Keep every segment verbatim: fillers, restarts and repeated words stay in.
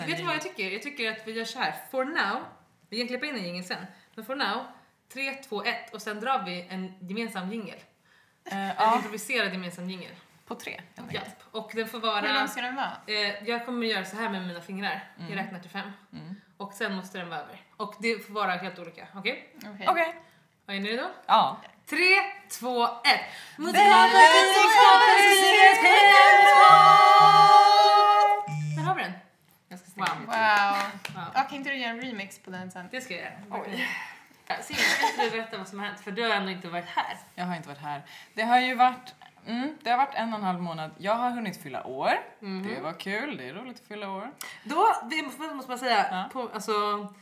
Vet du vad jag tycker? Jag tycker att vi gör så här. For now, vi kan klippa in en jingle sen. Men for now, tre, två, ett och sen drar vi en gemensam jingle. Uh, en ja. improviserad gemensam jingle. På tre? Ja. Och den får vara... Hur lång ska den vara? Eh, jag kommer göra så här med mina fingrar. Mm. Jag räknar till fem. Mm. Och sen måste den vara över. Och det får vara helt olika. Okej? Okay? Okej. Okay. Okay. Är ni redo? Ja. Tre, två, ett. Där har vi den. Jag ska wow. Wow. wow. Ja, kan inte du göra en remix på den sen? Det ska jag göra. Oj. Signe, kan inte du berätta vad som har hänt? För du har ändå inte varit här. Jag har inte varit här. Det har ju varit... Mm, det har varit en och en halv månad. Jag har hunnit fylla år. Mm. Det var kul. Det är roligt att fylla år. Då, det måste, måste man säga. Ja. På, alltså,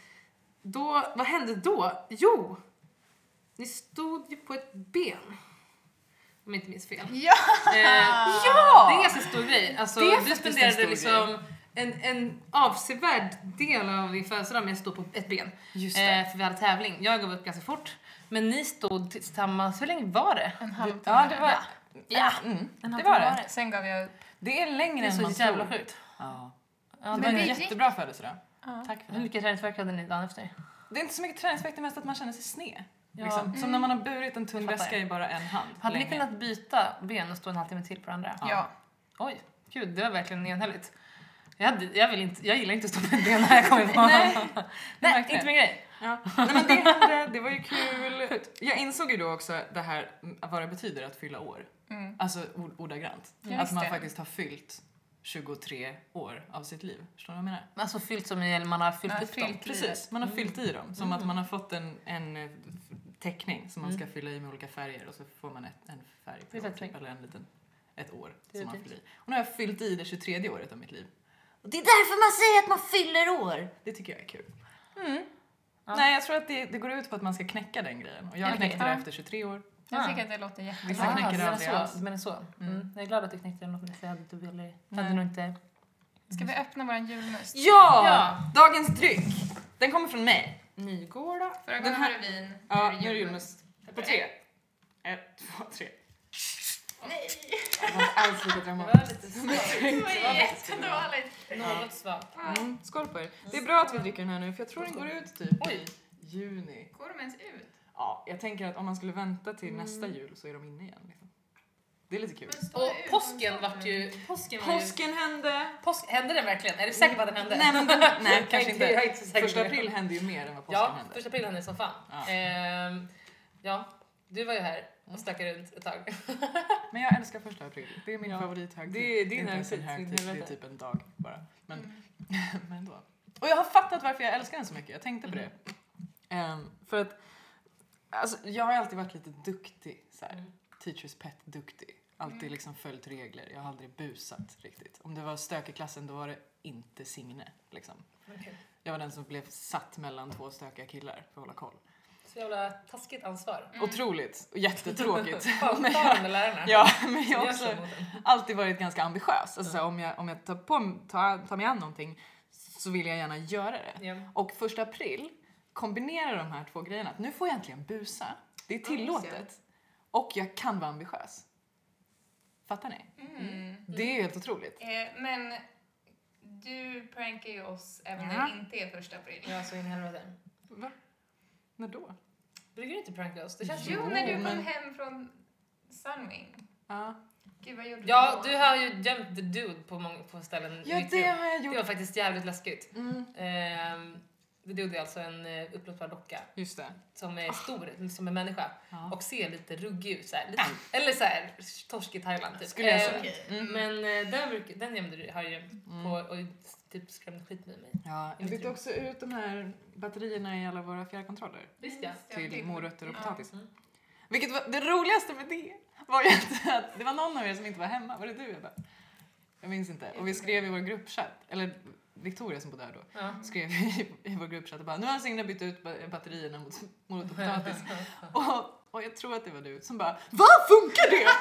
då, vad hände då? Jo, ni stod ju på ett ben. Om jag inte minns fel. Ja! Eh, ja! Det är en ganska stor grej. Alltså, du spenderade liksom en, en avsevärd del av din födelsedag med att stå på ett ben. Just det. Eh, för vi hade tävling. Jag gav upp ganska fort. Men ni stod tillsammans. Hur länge var det? En halvtimme. Ja, det var... Ja, mm, det var det. Sen gav jag... Det är längre än man tror. Jävla sjukt. Ja. Ja, det var en jättebra födelsedag. Ja. Tack för det. Hur mycket träningsvärk hade ni dagen efter? Det är inte så mycket träningsvärk, det är mest att man känner sig sned. Ja. Liksom. Mm. Som när man har burit en tung väska i bara en hand. Hade länge. ni kunnat byta ben och stå en halvtimme till på andra? Ja. ja. Oj, gud, det var verkligen enhälligt. Jag, hade, jag, vill inte, jag gillar inte att stå på en ben när jag kommer på. Nej, Nej inte min grej. Ja. Nej, men det hände, det var ju kul. Jag insåg ju då också det här, vad det betyder att fylla år. Mm. Alltså ordagrant. Mm. Att man det. faktiskt har fyllt tjugotre år av sitt liv. Förstår du vad jag menar? Alltså fyllt som i, man har fyllt ja, upp dem. Precis, man har fyllt i dem. Som mm. att man har fått en, en teckning som man ska fylla i med olika färger. Och så får man ett, en färg på år, typ, eller en liten, ett år som man fyller i. Och nu har jag fyllt i det tjugotredje året av mitt liv. Och det är därför man säger att man fyller år. Det tycker jag är kul. Mm. Ja. Nej, jag tror att det, det går ut på att man ska knäcka den grejen. Och jag knäckte det efter tjugotre år. Jag tycker att det låter jättebra. Vissa knäcker det aldrig alls. Men det är så. Mm. Jag är glad att du knäckte den. Jag hade, du ville, hade nog inte... Ska vi öppna våran julmust? Ja! ja! Dagens dryck. Den kommer från mig. Nygårda. Förra gången var det vin. Ja, nu är det julmust. På tre. Ett, två, tre. Nej! Det var inte alls lika dramatiskt. Det var jättedåligt. Något svagt. Mm, skål på er. Det är bra att vi dricker den här nu, för jag tror den går ut typ i juni. Går de ens ut? Ja, jag tänker att om man skulle vänta till mm. nästa jul så är de inne igen. Liksom. Det är lite kul. Och påsken vart ju... Påsken, var påsken ju, hände. Påsk, hände det verkligen? Är du säker på att den hände? Nej, men den, nej kanske inte. Jag är inte säker. Första april hände ju mer än vad påsken ja, hände. första april hände som fan. Ja. Ehm, ja, du var ju här och stackade runt ett tag. Men jag älskar första april. Det är min ja. favorithögtid. Det är din högtid. Det är typ en dag bara. Men, mm. men då. Och jag har fattat varför jag älskar den så mycket. Jag tänkte på det. Mm. Um, för att alltså, jag har alltid varit lite duktig. Så här. Mm. Teachers pet duktig. Alltid mm. liksom följt regler. Jag har aldrig busat riktigt. Om det var stök i klassen då var det inte Signe. Liksom. Okay. Jag var den som blev satt mellan två stökiga killar för att hålla koll. Så jävla taskigt ansvar. Mm. Otroligt. Och jättetråkigt. men, lärarna. Ja, men jag har också alltid varit ganska ambitiös. Alltså, mm. så här, om jag, om jag tar, på, tar, tar mig an någonting så vill jag gärna göra det. Mm. Och första april kombinerar de här två grejerna. Att nu får jag äntligen busa. Det är tillåtet. Mm. Och jag kan vara ambitiös. Fattar ni? Mm. Det är helt otroligt. Eh, men du prankar ju oss även när det inte är första april. Ja, så in i helvete. Va? När då? Brukar du inte pranka oss? Det känns jo, när du kom men... hem från Sunwing. Ja. Gud, vad gjorde ja, du du har ju gömt the dude på många på ställen. Ja, det har jag gjort. Det var faktiskt jävligt läskigt. Mm. Ehm, the dude är alltså en uh, uppblåsbar docka. Just det. Som är stor, oh. som en människa. Ja. Och ser lite ruggig ut. Så här, lite, eller så här, torsk i Thailand typ. Skulle jag säga. Ehm, mm. Men uh, den, bruk, den gömde du, har jag mm. på och typ skrämde skit med mig. Ja, jag bytte också ut de här batterierna i alla våra fjärrkontroller. Visst ja. Till morötter och potatis. Mm. Vilket var det roligaste med det var ju att det var någon av er som inte var hemma. Var det du, Ebba? Jag minns inte. Och vi skrev i vår gruppchatt, eller Victoria som bodde där då, mm. skrev i, i vår gruppchatt och bara, nu har Signe bytt ut batterierna mot morötter och potatis. och, och jag tror att det var du som bara, vad funkar det?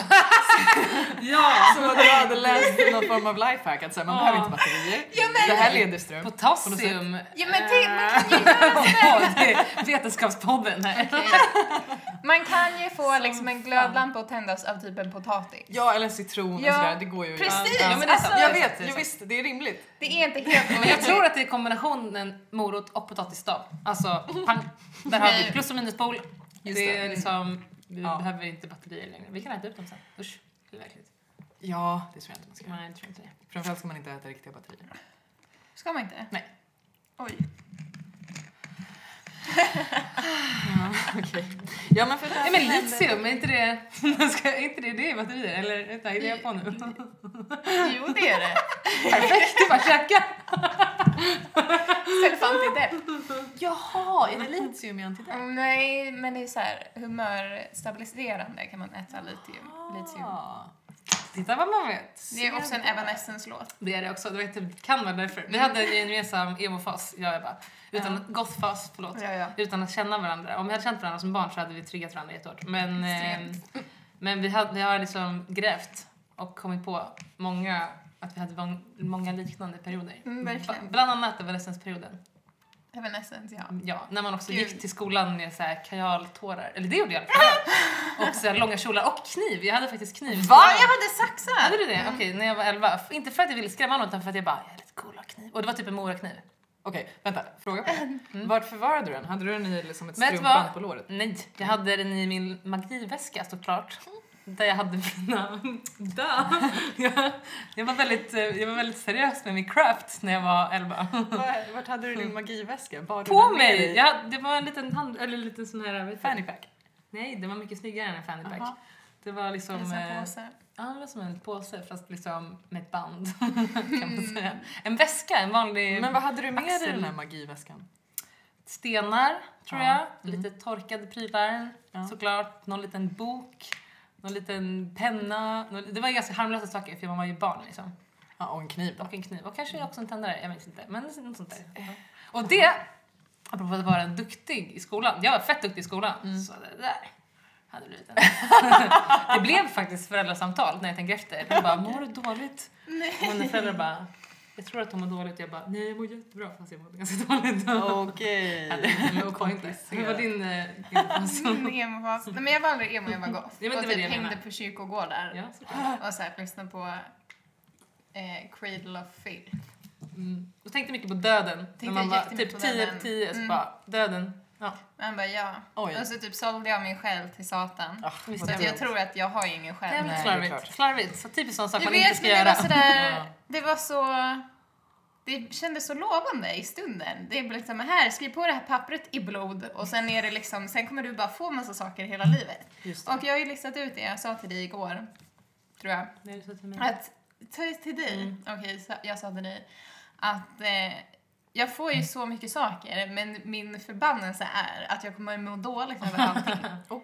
ja! Så att du hade läst någon form av lifehack att säga, man oh. behöver inte batterier. Ja, men... Det här leder ström. Potassium. Ja, men det, man kan ju göra det. Vetenskapspodden här. Okay. Man kan ju få liksom en glödlampa och tändas av typ en potatis. Ja, eller en citron Ja, och sådär. Det går ju. precis. Ja, men det är Alltså, sant. Jag det är vet, sant. jo, visst, det är rimligt. Det är inte helt Men jag tror att det är kombinationen morot och potatisstav. Alltså, pang. Där har vi plus och minuspol. Det är liksom, vi Ja. behöver inte batterier längre. Vi kan äta upp dem sen. Usch, det är verkligt. Ja, det tror jag inte man ska göra. Nej, jag tror inte det. Framförallt ska man inte äta riktiga batterier. Ska man inte? Nej. Oj. Ja, okej. Ja, men för det Ja, men litium, är inte det, ska, är inte det, det är batterier? Eller vänta, är det jag på nu? Jo, det är det. Perfekt, det bara käka! Istället för antidepp. Jaha, är det litium i antidepp? Mm, nej, men det är så här humörstabiliserande kan man äta litium. litium. Ah. Titta vad man vet. Det är också en Evanescence-låt. Det är det också, det vet jag, kan vara därför. Vi hade en gemensam emo-fas, jag och Ebba. Utan, Ja. goth-fas, förlåt. Ja, ja. Utan att känna varandra. Om vi hade känt varandra som barn så hade vi triggat varandra jättehårt. Men, eh, Extremt. men vi, hade, vi har liksom grävt och kommit på många, att vi hade mång- många liknande perioder. Mm, verkligen. Ba- Bland annat Evanescence-perioden. Evanescence, ja. Ja, när man också Gud. gick till skolan med så här kajaltårar. Eller det gjorde jag i alla fall. Och så här långa kjolar och kniv. Jag hade faktiskt kniv. Va? Jag hade saxar! Hade du det? Okej, när jag var elva. Inte för att jag ville skrämma någon utan för att jag bara, jag är lite cool och kniv. Och det var typ en morakniv. Okej, vänta. Fråga på det. Vart förvarade du den? Hade du den i liksom ett Vet du strumpband vad? på låret? Nej, jag hade den i min magiväska såklart. Där jag hade mina... Da. Jag, jag, var väldigt, eh, jag var väldigt seriös med min craft när jag var elva. Var- Vart hade du din magiväska? Bar du På den med mig! dig? Jag, det var en liten hand... Eller en liten sån här... Vet Fanny jag. pack? Nej, det var mycket snyggare än en fanny pack. Aha. Det var liksom... En sån eh, påse. Ja, det var som en påse fast liksom med ett band. Kan man säga. En väska, en vanlig... Men vad hade du med dig i axel- den här magiväskan? Stenar, tror Ja. jag. Lite torkade prylar, Ja. såklart. Någon liten bok, någon liten penna. Någon, det var ganska harmlösa saker för man var ju barn liksom. Ja, och en kniv då. Och en kniv. Och kanske också en tändare, jag vet inte. Men något sånt där. Och det, apropå att vara en duktig i skolan. Jag var fett duktig i skolan. Så det där hade blivit en... Det blev faktiskt föräldrasamtal när jag tänker efter. De bara, mår du dåligt? Och mina föräldrar bara, jag tror att de mår dåligt. Jag bara, nej jag mår jättebra fast jag mår ganska dåligt. Okej. Hur var din eh, influens? Min emo-fas. Nej, men jag var aldrig emo, jag var goth. Ja, men och det var typ det jag hängde menar. på kyrkogårdar. Ja, såklart. Och så här lyssnade på eh, Cradle of Filth. Mm. Jag tänkte mycket på döden. När man var jättemycket typ på tio döden. tio så Mm. bara, döden. Ja. Man bara ja. Oj. Och så typ sålde jag min själ till Satan. Ah, Visst, Så vad att jag dumt. tror att jag har ju ingen själ. Jävligt Nej, det är slarvigt. klart. Slarvigt. Så typiskt sån sak Jag man inte vet, ska men det göra. var sådär, Ja. det var så, det kändes så lovande i stunden. Det är liksom, här, skriv på det här pappret i blod och sen är det liksom, sen kommer du bara få massa saker hela livet. Just det. Och jag har ju listat ut det, jag sa till dig igår, tror jag, Nej, det är så till mig. att, ta till dig, Mm. okej, så jag sa till dig, att eh, jag får ju så mycket saker, men min förbannelse är att jag kommer må dåligt över allting.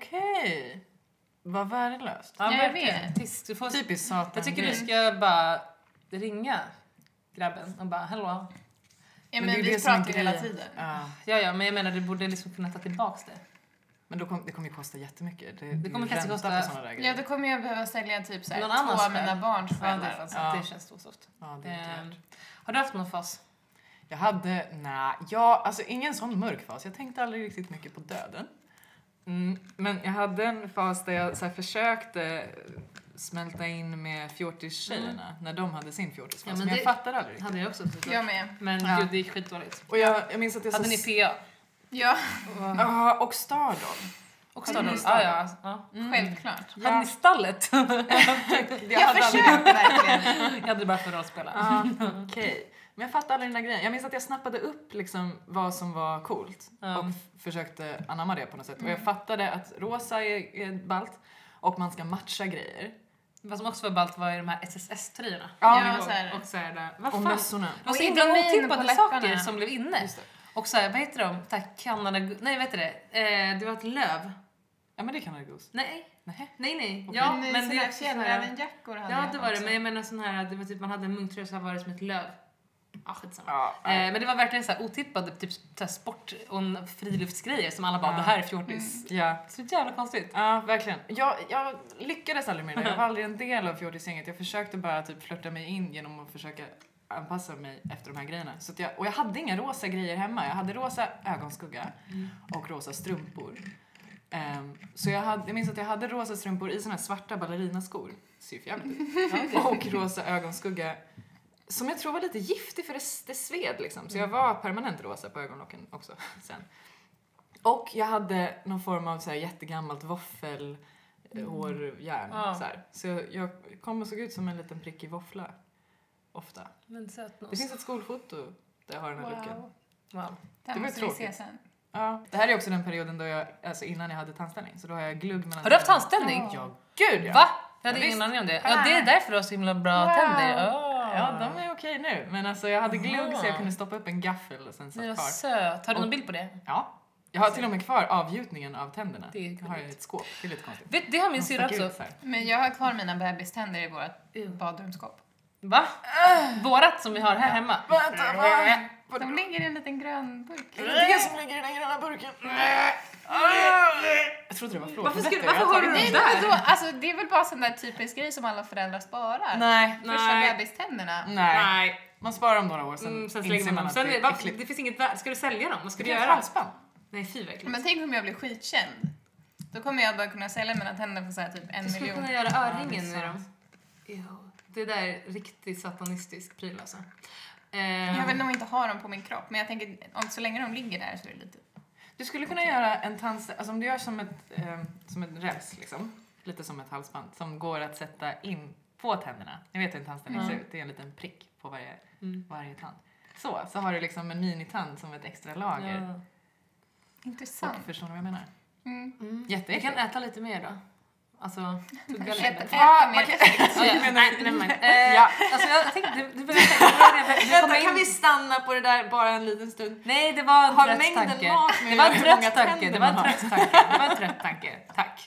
Okej. Vad värdelöst. Ja, jag verkligen. vet. Tyst. Du får... Typiskt Satan. Jag tycker grej. du ska bara ringa grabben och bara, hallå. Ja, Men men, det är vi det som är pratar ju hela grejen. tiden. Ja. Ja, ja, men jag menar du borde liksom kunna ta tillbaks det. Men då kom, det kommer ju kosta jättemycket. Det, Det kommer är kanske ränta kosta- på såna där Ja, grejer. då kommer jag behöva sälja typ såhär, Någon annans två av mina själ. barns Ja, det, är själar. fan sant. Ja. Det känns så soft. Ja, det är inte Ehm, värt. Har du haft någon fas? Jag hade, nej, ja, alltså ingen sån mörk fas. Jag tänkte aldrig riktigt mycket på döden. Mm, men jag hade en fas där jag så här, försökte smälta in med fjortis-tjejerna när de hade sin fjortisfas. Ja, men men jag det- fattade aldrig riktigt. Hade jag också. Såklart. Jag med. Men Ja. gud, det gick skitdåligt. Och jag, jag minns att jag Hade så... ni P A? Ja, Ja, och Stardom. Och Hade ni Stardom? Stardom? Ja, ja. ja. självklart. Hade ni stallet? Jag, Jag hade aldrig- försökte verkligen. Jag hade det bara för att rollspela. Ja, okej. Men jag fattade aldrig den där grejen. Jag minns att jag snappade upp liksom vad som var coolt Ja. och f- försökte anamma det på något sätt. Och Mm. jag fattade att rosa är, är ballt och man ska matcha grejer. Vad som också var ballt var ju de här S S S-tröjorna. Ja, Kommer du så ihåg? här. Och så här där. Vad Och fan? mössorna. Det var så Och himla idomin på otippade läpparna. saker som blev inne. Just det. Och så här, vad heter de? Tack, Kanada... Nej, vad heter det? Eh, det var ett löv. Ja, men det kan det gås. Nej, Nej. nej, nej. Okej. Ja, men men det är det också så här... fjällrävenjackor hade Ja, jag det var det. också. Men jag menar sån här, det var typ, man hade en muntröja så här var det som ett löv. Ja, skitsamma. Ja, Eh, men det var verkligen så här otippade typ så här sport och friluftsgrejer som alla bara, Ja. det här är fjortis. ja. Så jävla konstigt. Ja, verkligen. Jag, jag lyckades aldrig med det. Jag var aldrig en del av fjortisgänget. Jag försökte bara typ flirta mig in genom att försöka anpassa mig efter de här grejerna. Så att jag, och jag hade inga rosa grejer hemma. Jag hade rosa ögonskugga Mm. och rosa strumpor. Um, så jag, hade, jag minns att jag hade rosa strumpor i såna här svarta ballerinaskor. Ser ju för jävligt ut. Och rosa ögonskugga. Som jag tror var lite giftig för det, det sved liksom. Så jag var permanent rosa på ögonlocken också sen. Och jag hade någon form av så här jättegammalt våffel mm. hårjärn. Ja. Så, här. Så jag, jag kom och såg ut som en liten prickig våffla. Ofta. Men söt Det finns ett skolfoto där jag har den här Wow. looken. Wow. Det var måste vi tråkigt. se sen. Ja. Det här är också den perioden då jag, alltså innan jag hade tandställning. Så då har jag glugg mellan... Har du haft tandställning? Ja, gud ja. Va? Jag hade Ja, ingen visst. aning om det. Ja, det är därför du har så himla bra Wow. tänder. Oh. Ja, de är okej nu. Men alltså jag hade glugg Aha. så jag kunde stoppa upp en gaffel och sen Det satt var kvar. söt. Har du Och- någon bild på det? Ja. Jag har till och med kvar avgjutningen av tänderna. Det är jag har jag i gulligt. ett skåp. Det är lite konstigt. Vet, det har min De syrra stack också. ut så här. Men jag har kvar mina bebiständer i vårt Ew. badrumsskåp. Va? Vårat som vi har här hemma. Vänta, va? De ligger i en liten grön burk. Är det det som ligger i den gröna burken? Jag trodde det var flåt. Varför ska- Vet du, varför jag har tar du det Nej, dem där. men vadå? Alltså, det är väl bara sån där typisk grej som alla föräldrar sparar? Nej, Första nej. bebiständerna. Nej. Man sparar dem några år, sen Mm, sen inser slänger man dem. att Sen, det är varför, äckligt. det finns inget värde. Ska du sälja dem? Vad ska Det du är ett göra? halsband. Nej, fy verkligen. Men tänk om jag blir skitkänd. Då kommer jag bara kunna sälja mina tänder för så här typ en Du skulle miljon. kunna göra Ja, örhängen det är med dem. Jo, det där är riktigt satanistisk pryl alltså. Eh, Jag vill nog inte ha dem på min kropp, men jag tänker om så länge de ligger där så är det lite... Du skulle kunna göra en tandställning, alltså om du gör som ett, eh, som en räls liksom. Lite som ett halsband som går att sätta in på tänderna. Ni vet hur en tandställning Mm. ser ut. Det är en liten prick på varje, Mm. varje tand. Så, så har du liksom en minitand som ett extra lager. Ja. Intressant. Och förstår ni vad jag menar? Mm. Mm. Jätteäckligt. Jag kan äta lite mer då. Alltså, tugga lite. Äta, äta Ah, mer. man kan- Ja, ja. Nej, nej, nej. Eh, Ja. Alltså jag tänkte, du, du började tänka, du Vänta, kommer kan vi in. stanna på det där bara en liten stund? Nej, det var en Har trött mängden tanke. mat med Det var en hur många trött tanke. tänder Det var en man har? trött tanke. Det var en trött tanke. Tack.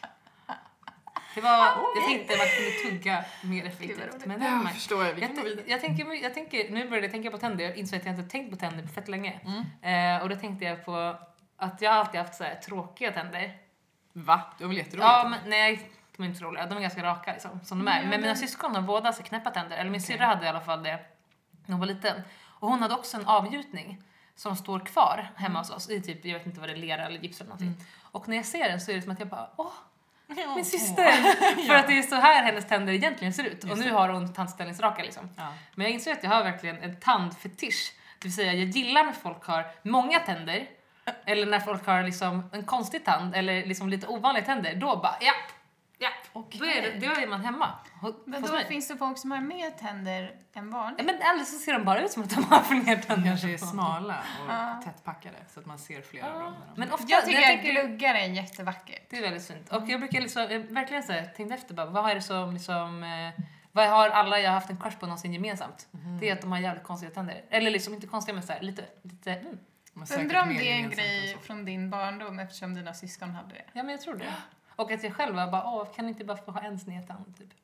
Det var, jag tänkte att man kunde tugga mer effektivt. Men det Jag var förstår, vi kan jag, gå t- vidare. jag, tänker, jag tänker, nu började jag tänka på tänder. Jag insåg att jag inte tänkt på tänder på fett länge. Mm. Eh, och då tänkte jag på att jag alltid haft så här tråkiga tänder. Va? Du var väl jätteroligt? Ja, men nej, de är inte så roliga. De är ganska raka liksom, som de är. Ja, Men mina men- syskon har båda så knäppa tänder. Eller min Okej. syrra hade i alla fall det när hon var liten. Och hon hade också en avgjutning som står kvar hemma hos oss i typ, jag vet inte vad det är, lera eller gips eller någonting. Mm. Och när jag ser den så är det som att jag bara, åh, Ja. min syster! För att det är så här hennes tänder egentligen ser ut. Och Just nu det. har hon tandställningsraka liksom. Ja. Men jag inser att jag har verkligen en tandfetisch. Det vill säga jag gillar när folk har många tänder. Eller när folk har liksom en konstig tand eller liksom lite ovanliga tänder. Då bara, ja, ja. Okej. Då, är det, då är man hemma. Hos Men hos då mig. finns det folk som har mer tänder än vanligt. Ja, men eller så ser de bara ut som att de har fler De tänder. kanske är smala och Ja. tättpackade så att man ser flera av Ja. dem. Men ofta, Jag tycker jag att tänker, gluggar är jättevackert. det är väldigt fint. Och jag brukar liksom, jag verkligen så här, tänkt efter bara, vad är det som liksom, eh, vad har alla jag har haft en crush på någonsin gemensamt? Mhm. Det är att de har jävligt konstiga tänder. Eller liksom inte konstiga men så här, lite, lite, mm. De har säkert Undrar om mer det är en gemensamt än grej så. från din barndom eftersom dina syskon hade det. Ja, men jag tror det. Och att jag själv var bara, åh, kan inte bara få ha en snedtand typ?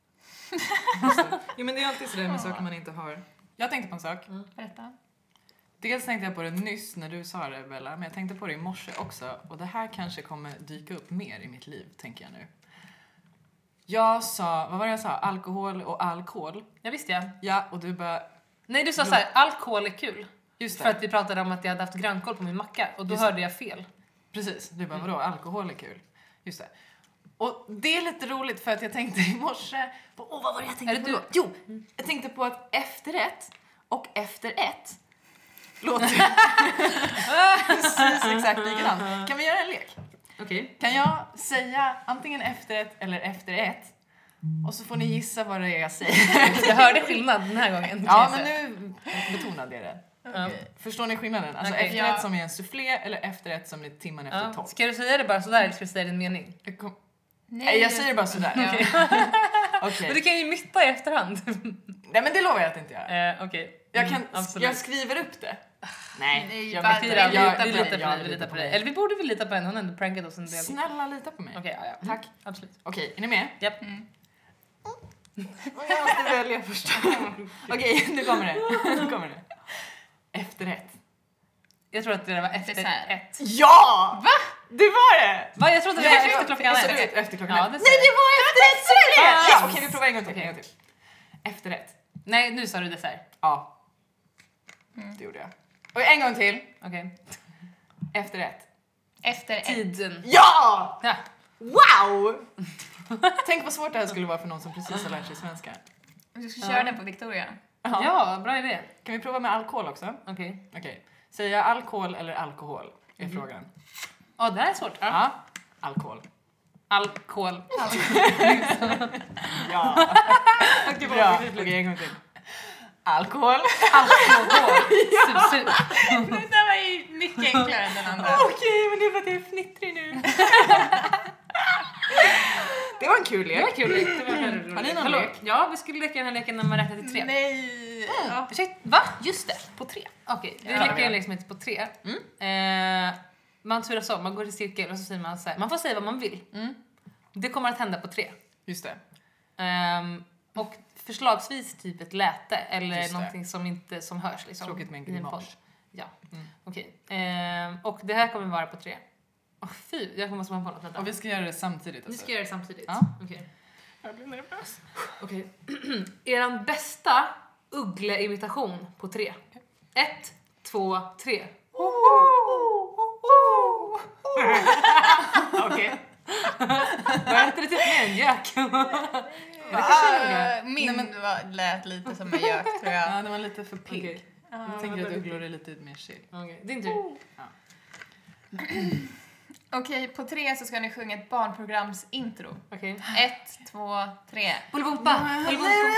Jo, men det är alltid sådär med saker man inte har. Jag tänkte på en sak. Berätta. Dels tänkte jag på det nyss när du sa det, Bella, men jag tänkte på det i morse också. Och det här kanske kommer dyka upp mer i mitt liv, tänker jag nu. Jag sa, vad var det jag sa? Alkohol och alkohol. Ja, visst ja. Ja, och du bara, Nej, du sa så här, alkohol är kul. just det. För att vi pratade om att jag hade haft grönkål på min macka. Och då Just det. hörde jag fel. Precis, du bara, vadå, alkohol är kul. Just det. Och det är lite roligt för att jag tänkte i morse på, åh vad var det jag tänkte Är det på du? då? Jo, jag tänkte på att efterrätt och efter ett låter precis exakt likadant. Kan vi göra en lek? Okej. Kan jag säga antingen efterrätt eller efter ett? Och så får ni gissa vad det är jag säger. Jag hörde skillnad den här gången. kan Ja, jag men säga. nu betonade jag det. Ja. Förstår ni skillnaden? Alltså Okej. efterrätt Ja. som är en soufflé eller efterrätt som är timman efter Ja. tolv. Ska du säga det bara sådär eller ska du säga din mening? Jag, kom... Nej, jag säger bara sådär. Okej. Okej. Men du kan ju mytta i efterhand. Nej, men det lovar jag att inte göra. eh, Okej. Jag, kan, Mm, absolut. jag skriver upp det. Nej, Nej, jag bara- vet Vi inte. Jag- litar, vi jag- litar på jag dig, vi litar på dig. dig. Eller vi borde väl lita på henne, hon har ändå prankat oss en del. Snälla, lita på mig. Okej, ja, ja. Tack. Absolut. Okej, är ni med? Japp. Mm. Jag måste välja först. Okej, nu kommer det. Nu kommer det. Efterrätt. Jag tror att det där var efter Dessert. ett. Ja! Va? Det var det! Va? Jag trodde det Nej, var förlåt. efter klockan Jag sa ett. det efter klockan Ja, ett. det Nej, det var efterrätt! Så det är det! Ja, okej, vi provar en gång till. Okej. En gång till. Efterrätt. Nej, nu sa du dessert. Ja. Mm. Det gjorde jag. Och en gång till. Okej. Efterrätt. Efter ett. Tiden. Ja! Ja. Wow! Tänk vad svårt det här skulle vara för någon som precis har lärt sig svenska. Du ska köra den på Victoria. Ja. Ja, bra idé. Kan vi prova med alkohol också? Okej. Okej. Säga alkohol eller alkohol är Mhm. frågan. Ja, det här är svårt. Ja. Ja. Alkohol. Alkohol. Ja. Bra. Okej, en gång till. Alkohol. Alkohol. Sup, sup. Det där var ju mycket enklare än den andra. Okej, men det är för att jag är fnittrig nu. Det var en kul lek. Det var kul. Det var väldigt roligt. Har ni någon Hallå? lek? Ja, vi skulle leka den här leken när man räknar till tre. Nej. Ja. Ursäkta, va? Just det. På tre. Okej, vi Ja, leker vi en gör. lek som heter på tre. Eh, man turas om, man går i cirkel och så säger man så här. Man får säga vad man vill. Mm. Det kommer att hända på tre. Just det. Ehm, och förslagsvis typ ett läte eller Just det. någonting som inte som hörs liksom. Tråkigt med en i podd. grimas. Ja, Mm. okej. Ehm, och det här kommer vara på tre. Åh fy, jag måste komma på något. Vänta. Och vi ska göra det samtidigt. Vi Alltså. ska göra det samtidigt. Ja. Okej. Jag blir nervös. Okej. Eran bästa uggleimitation på tre. Ett, två, tre. Okej. Var inte det typ mer en gök? Ah, min var, lät lite som en gök, tror jag. Ja, den var lite för pigg. Okej. Jag tänker att ugglor är lite mer chill. Okej, din tur. Okej, på tre så ska ni sjunga ett barnprograms intro. Okej. Ett, två, tre. Bolibompa! Bolibompa!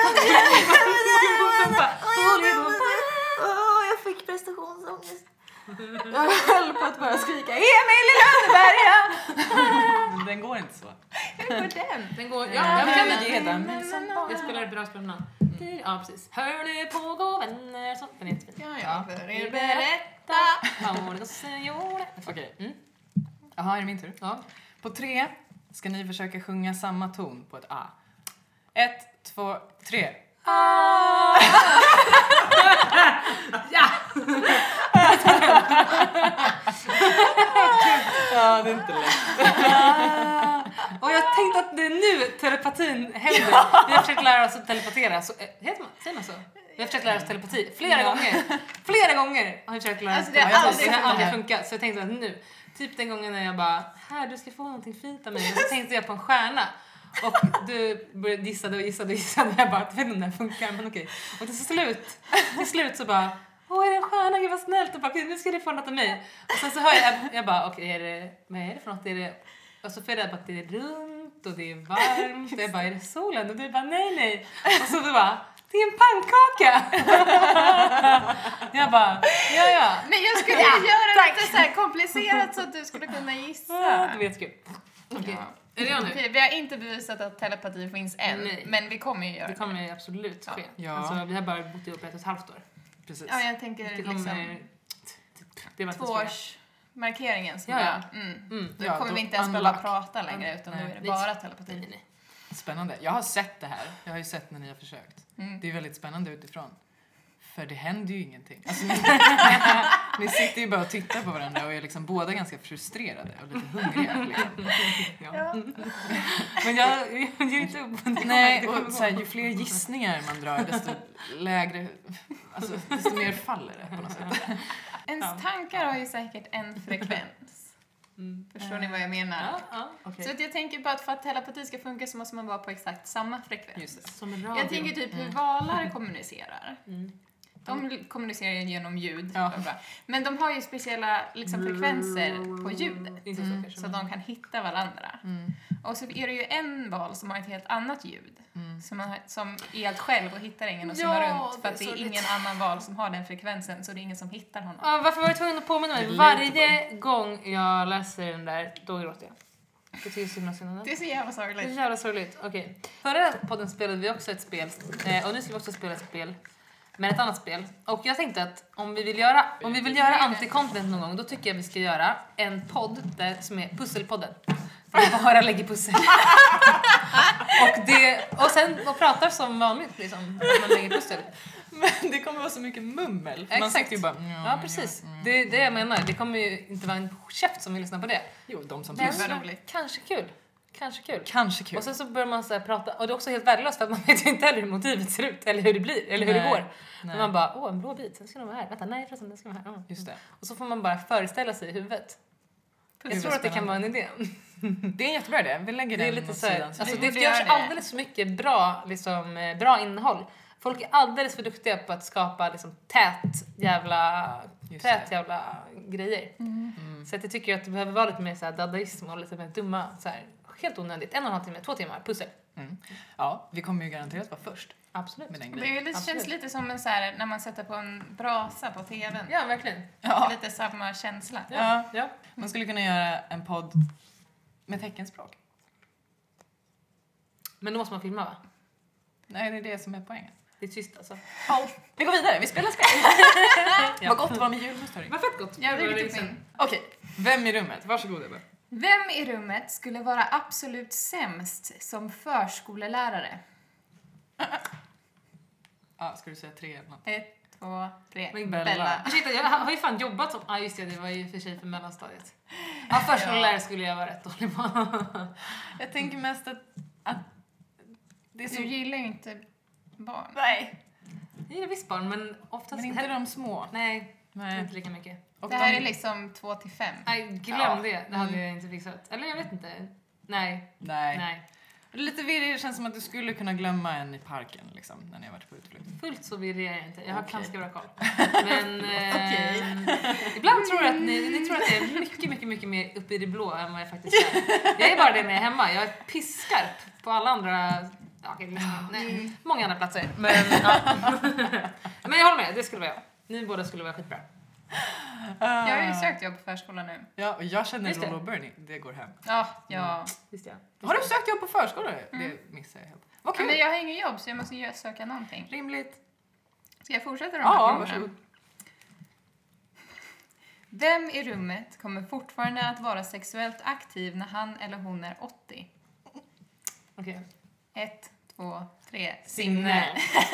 Bolibompa! Åh, jag fick prestationsångest. Jag höll på att börja skrika Emil i Lönneberga! Men den går inte så. Hur går den? Den går... Ja, Ja, jag kan jag ge den. Jag spelar ett bra spelnamn. Ja, precis. Hör ni på gå vänner? Så, den är jättefin. Ja, ja, för er berätta. Vad gossen gjorde. Okej. Mm. Jaha, är det min tur? Ja. På tre ska ni försöka sjunga samma ton på ett A. Ett, två, tre. Ah! Ja! Ja, det är inte lätt. Och jag tänkte att det är nu telepatin händer. Vi har försökt lära oss att telepatera. Så, äh, heter man? Säger man så? Vi har försökt lära oss telepati flera Ja. gånger. Flera gånger har vi försökt lära oss Alltså, det har telepati. aldrig Det har aldrig funkat. funkat. Så jag tänkte att nu, typ den gången när jag bara, här du ska få någonting fint av mig. Och så tänkte jag på en stjärna. Och du började gissade och gissade och gissade. Jag bara, jag vet inte om det här funkar, men okej. Och till slut, till slut så bara, åh är det en stjärna, gud vad snällt. Och bara, nu ska du få något av mig. Och sen så hör jag, jag bara, okej är det, vad är det för något? Är det, och så får jag reda på att det är runt och det är varmt. Och jag bara, är det solen? Och du bara, nej nej. Och så du bara, det är en pannkaka. Jag bara, ja ja. Men jag skulle Ja, göra tack. det lite så här komplicerat så att du skulle kunna gissa. Ah, du vet kul. Okej, Ja. är det jag nu? Okej, vi har inte bevisat att telepati finns än, Nej. men vi kommer ju göra Det det. kommer ju absolut ske. Ja. Alltså, vi har bara bott ihop ett och ett halvt år. Precis. Ja, jag tänker Det liksom kommer... Det var inte så. tvåårsmarkeringen som Ja, ja. bra. Mm. Mm. Då Ja, kommer då vi inte ens behöva unlock. prata längre, utan Nej. nu är det Nej. bara Nej, telepati. nej, nej. Spännande. Jag har sett det här. Jag har ju sett när ni har försökt. Mm. Det är väldigt spännande utifrån. För det händer ju ingenting. Alltså, ni, ni sitter ju bara och tittar på varandra och är liksom båda ganska frustrerade och lite hungriga. Liksom. Ja. Men jag, jag ger inte upp. Det kommer- Nej, det kommer och så här, gå. ju fler gissningar man drar desto lägre, alltså desto mer faller det på något sätt. Ens Ja. tankar har ju säkert en frekvens. Mm. Förstår ni vad jag menar? Ja, ja, okej. Så att jag tänker bara att för att telepati ska funka så måste man vara på exakt samma frekvens. Just det. Som en radio. Jag tänker typ hur Mm. valar kommunicerar. Mm. De kommunicerar ju genom ljud. Ja. bla bla. Men de har ju speciella liksom, frekvenser på ljudet. Inte så Mm. kanske. Så att de kan hitta varandra. Mm. Och så är det ju en val som har ett helt annat ljud. Mm. Som, man, har- som är helt själv och hittar ingen och Ja, simmar runt. För det är att det är sorgligt. ingen annan val som har den frekvensen. Så det är ingen som hittar honom. Ja, varför var jag tvungen att påminna mig? Det är Varje gång jag läser den där, då gråter jag. Det tycker så himla synd om den. Det är så jävla Det är så sorgligt. jävla sorgligt. Okej. Förra podden spelade vi också ett spel. Eh, och nu ska vi också spela ett spel. Men ett annat spel. Och jag tänkte att om vi vill göra, om vi vill göra anti-content någon gång, då tycker jag vi ska göra en podd där, som är Pusselpodden. Där vi bara lägger pussel. och, det, och sen och pratar som vanligt liksom. När man lägger pussel. Men det kommer vara så mycket mummel. För man Exakt. sitter ju bara... mm, Ja, precis. Det är det jag menar. Det kommer ju inte vara en käft som vill lyssna på det. Jo, de som Men- pussar. vad roligt. Kanske kul. Kanske kul. Kanske kul. Och sen så börjar man så här prata, och det är också helt värdelöst för att man vet ju inte heller hur motivet ser ut, eller hur det blir, eller hur Nej. det går. Nej. Men man bara, åh en blå bit, sen ska den vara här. Vänta, nej förresten, den ska vara här. Mm. Just det. Och så får man bara föreställa sig i huvudet. Jag tror att det kan vara en idé. Det är en jättebra idé. Vi lägger Det är den lite åt så här, sidan. alltså vi det borde görs göra det. alldeles för mycket bra, liksom, eh, bra innehåll. Folk är alldeles för duktiga på att skapa liksom, tät jävla, Just tät det. jävla grejer. Mm. Så att jag tycker att det behöver vara lite mer så här dadaism och lite mer dumma, så här, helt onödigt. En och en halv timme, två timmar, pussel. Mm. Ja, vi kommer ju garanterat vara först Absolut. med den Det, är grejen. ju lite, Absolut. känns lite som en så här, när man sätter på en brasa på tvn. Ja, verkligen. Ja. Lite samma känsla. Ja. Ja. Man skulle kunna göra en podd med teckenspråk. Men då måste man filma, va? Nej, det är det som är poängen. Det är tyst alltså. Ja, vi går vidare. Vi spelar spel. Ja. Vad gott det var med julmust, hörni. Vad fett gott. Jag Det var vill länge typ sedan. in. Okej, vem i rummet? Varsågod, Ebba. Vem i rummet skulle vara absolut sämst som förskolelärare? Ja, ska du säga tre eller något? Ett, två, tre. Men Bella. Bella. Ursäkta, jag har ju fan jobbat som... Ja, ah, just det, det var ju för sig för mellanstadiet. Ja, förskollärare skulle jag vara rätt dålig på. Jag tänker mest att, att det är så... Du gillar ju inte barn. Nej, Jag gillar visst barn, men oftast... men inte de små. Nej, Nej. inte lika mycket. Och Det här de... är liksom två till fem. Nej, glöm Ja. det. Det hade Mm. jag inte fixat. Eller jag vet inte. Nej, Nej. nej. Lite virrig, det känns som att du skulle kunna glömma en i parken liksom, när ni har varit på utflykt. Fullt så virrig är jag inte. Jag har Okej. ganska bra koll. Men eh, Okej. ibland tror jag att ni, ni tror att jag är mycket, mycket, mycket mer uppe i det blå än vad jag faktiskt är. Jag är bara det när jag är hemma. Jag är pissskarp på alla andra... Ja, okej, liksom, nej, många andra platser. Men, ja. Men jag håller med, det skulle vara jag. Ni båda skulle vara skitbra. Jag har ju sökt jobb på förskolan nu. Ja, och jag känner Just det. Lolo och Bernie, det går hem. Ja, ja. Visst ja. Har du sökt jobb på förskola? Det missar jag helt. Vad kul! Men jag har ingen jobb så jag måste ju söka någonting. Rimligt. Ska jag fortsätta de Ja, här frågorna? varsågod. Vem i rummet kommer fortfarande att vara sexuellt aktiv när han eller hon är åttio? Okej. Ett, två, tre. Signe.